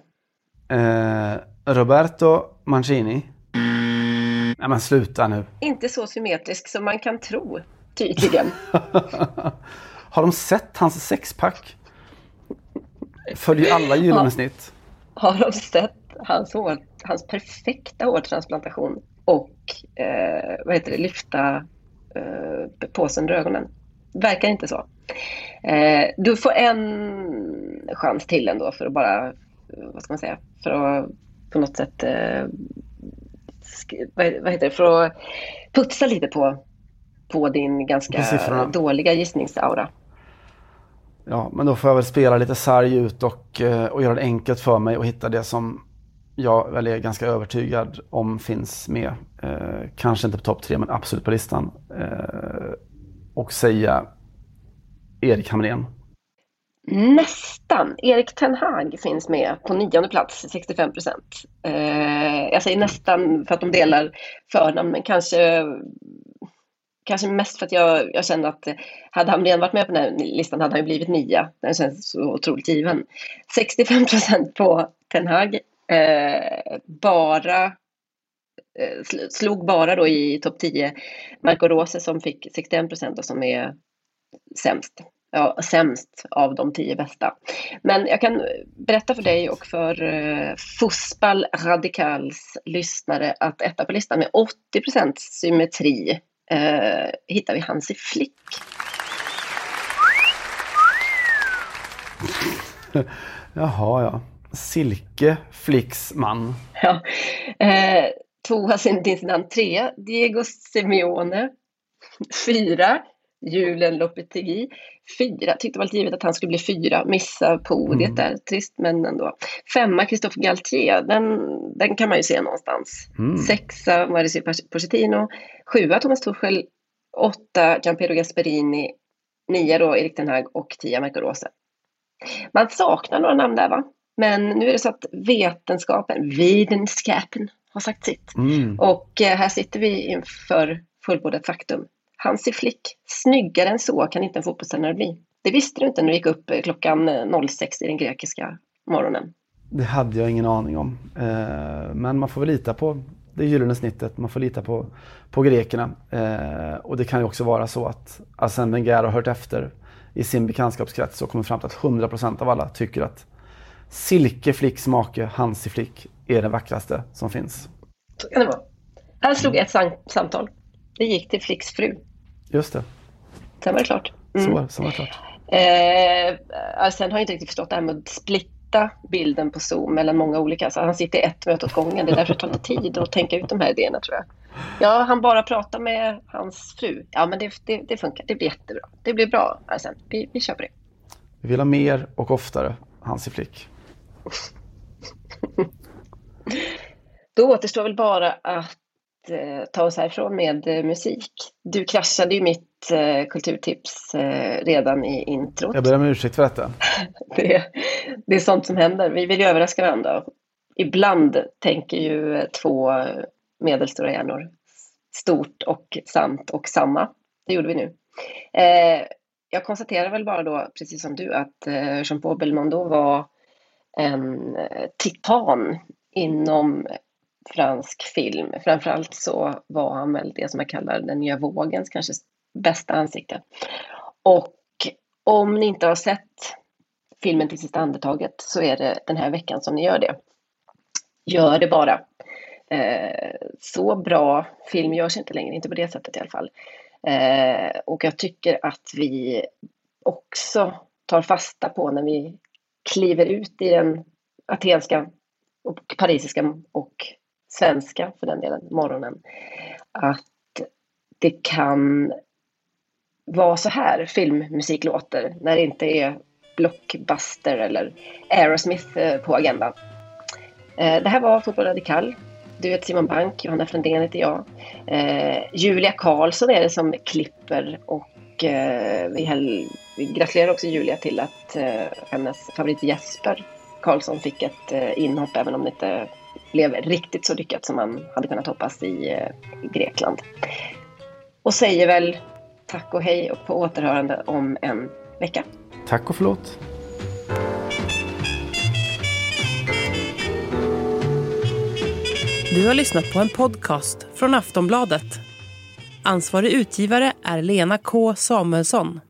Roberto Mancini. Nej men sluta nu. Inte så symmetrisk som man kan tro, tydligen. Har de sett hans sexpack? Följer alla gyllene snitt. Har de sett hans perfekta hårtransplantation och lyfta påsen ur ögonen? Verkar inte så. Du får en chans till ändå för att bara, vad ska man säga, för att på något sätt för att putsa lite på din ganska dåliga gissningsaura. Ja, men då får jag väl spela lite sarg ut och göra det enkelt för mig och hitta det som jag väl är ganska övertygad om finns med. Kanske inte på topp 3 men absolut på listan. Och säga Erik Hamrén. Nästan. Erik Ten Hag finns med på 9:e plats, 65%. Jag säger nästan för att de delar förnamn, men kanske mest för att jag känner att hade Hamrén varit med på den här listan hade han ju blivit 9. Den känns så otroligt given. 65% på Ten Hag. Slog bara då i topp 10 Marco Rose som fick 61% och som är sämst. Ja, sämst av de 10 bästa. Men jag kan berätta för dig och för Fußball Radikals lyssnare att etta på listan med 80% symmetri hittar vi Hansi Flick. Jaha, ja. Silke Flicks man. Ja. 2 Zinedine Zidane, 3 Diego Simeone, 4 Julen Lopetegui, 4, tyckte det var lite givet att han skulle bli 4, missa podiet där, trist men ändå. 5 Christophe Galtier, den kan man ju se någonstans. 6 Mauricio Pochettino, 7 Thomas Tuchel, 8 Gianpiero Gasperini, 9 då Erik Ten Hag och 10 Marco Rose. Man saknar några namn där, va? Men nu är det så att vetenskapen har sagt sitt. Och här sitter vi inför fullbordat faktum. Hansi Flick, snyggare än så kan inte en fotbollstränare bli. Det visste du inte när du gick upp klockan 06 i den grekiska morgonen. Det hade jag ingen aning om. Men man får väl lita på det gyllene snittet. Man får lita på grekerna. Och det kan ju också vara så att Arsène Wenger har hört efter i sin bekantskapskrets och kommer fram till att 100% av alla tycker att Silke Flicks make Hansi Flick är det vackraste som finns. Så kan det vara. Här slog ett samtal. Det gick till Flicks fru. Just det. Sen var det klart. Så var det klart. Sen har jag inte riktigt förstått det här med att splitta bilden på Zoom mellan många olika. Så han sitter i ett möte åt gången. Det är därför det tar lite tid att tänka ut de här idéerna, tror jag. Ja, han bara pratar med hans fru. Ja, men det funkar. Det blir jättebra. Det blir bra, Arsène. Vi kör på det. Vi vill ha mer och oftare Hansi Flick. Då återstår väl bara att ta oss härifrån med musik. Du kraschade ju mitt kulturtips redan i introt. Jag ber om ursäkt för detta. det är sånt som händer. Vi vill ju överraska varandra. Ibland tänker ju 2 medelstora hjärnor stort och sant och samma. Det gjorde vi nu. Jag konstaterar väl bara då, precis som du, att Jean-Paul Belmondo var en titan inom fransk film. Framförallt så var han väl det som jag kallar den nya vågens kanske bästa ansikte. Och om ni inte har sett filmen till sista andetaget så är det den här veckan som ni gör det. Gör det bara. Så bra film görs inte längre, inte på det sättet i alla fall. Och jag tycker att vi också tar fasta på när vi kliver ut i den atenska och parisiska och svenska för den delen morgonen, att det kan vara så här filmmusik låter när det inte är Blockbuster eller Aerosmith på agendan. Det här var Fotboll Radikal. Du heter Simon Bank, Johanna Frändén heter jag. Julia Karlsson är det som klipper och vi gratulerar också Julia till att hennes favorit Jesper Karlsson fick ett inhopp, även om det inte blev riktigt så lyckat som man hade kunnat hoppas i Grekland. Och säger väl tack och hej och på återhörande om en vecka. Tack och förlåt. Du har lyssnat på en podcast från Aftonbladet. Ansvarig utgivare är Lena K. Samuelsson.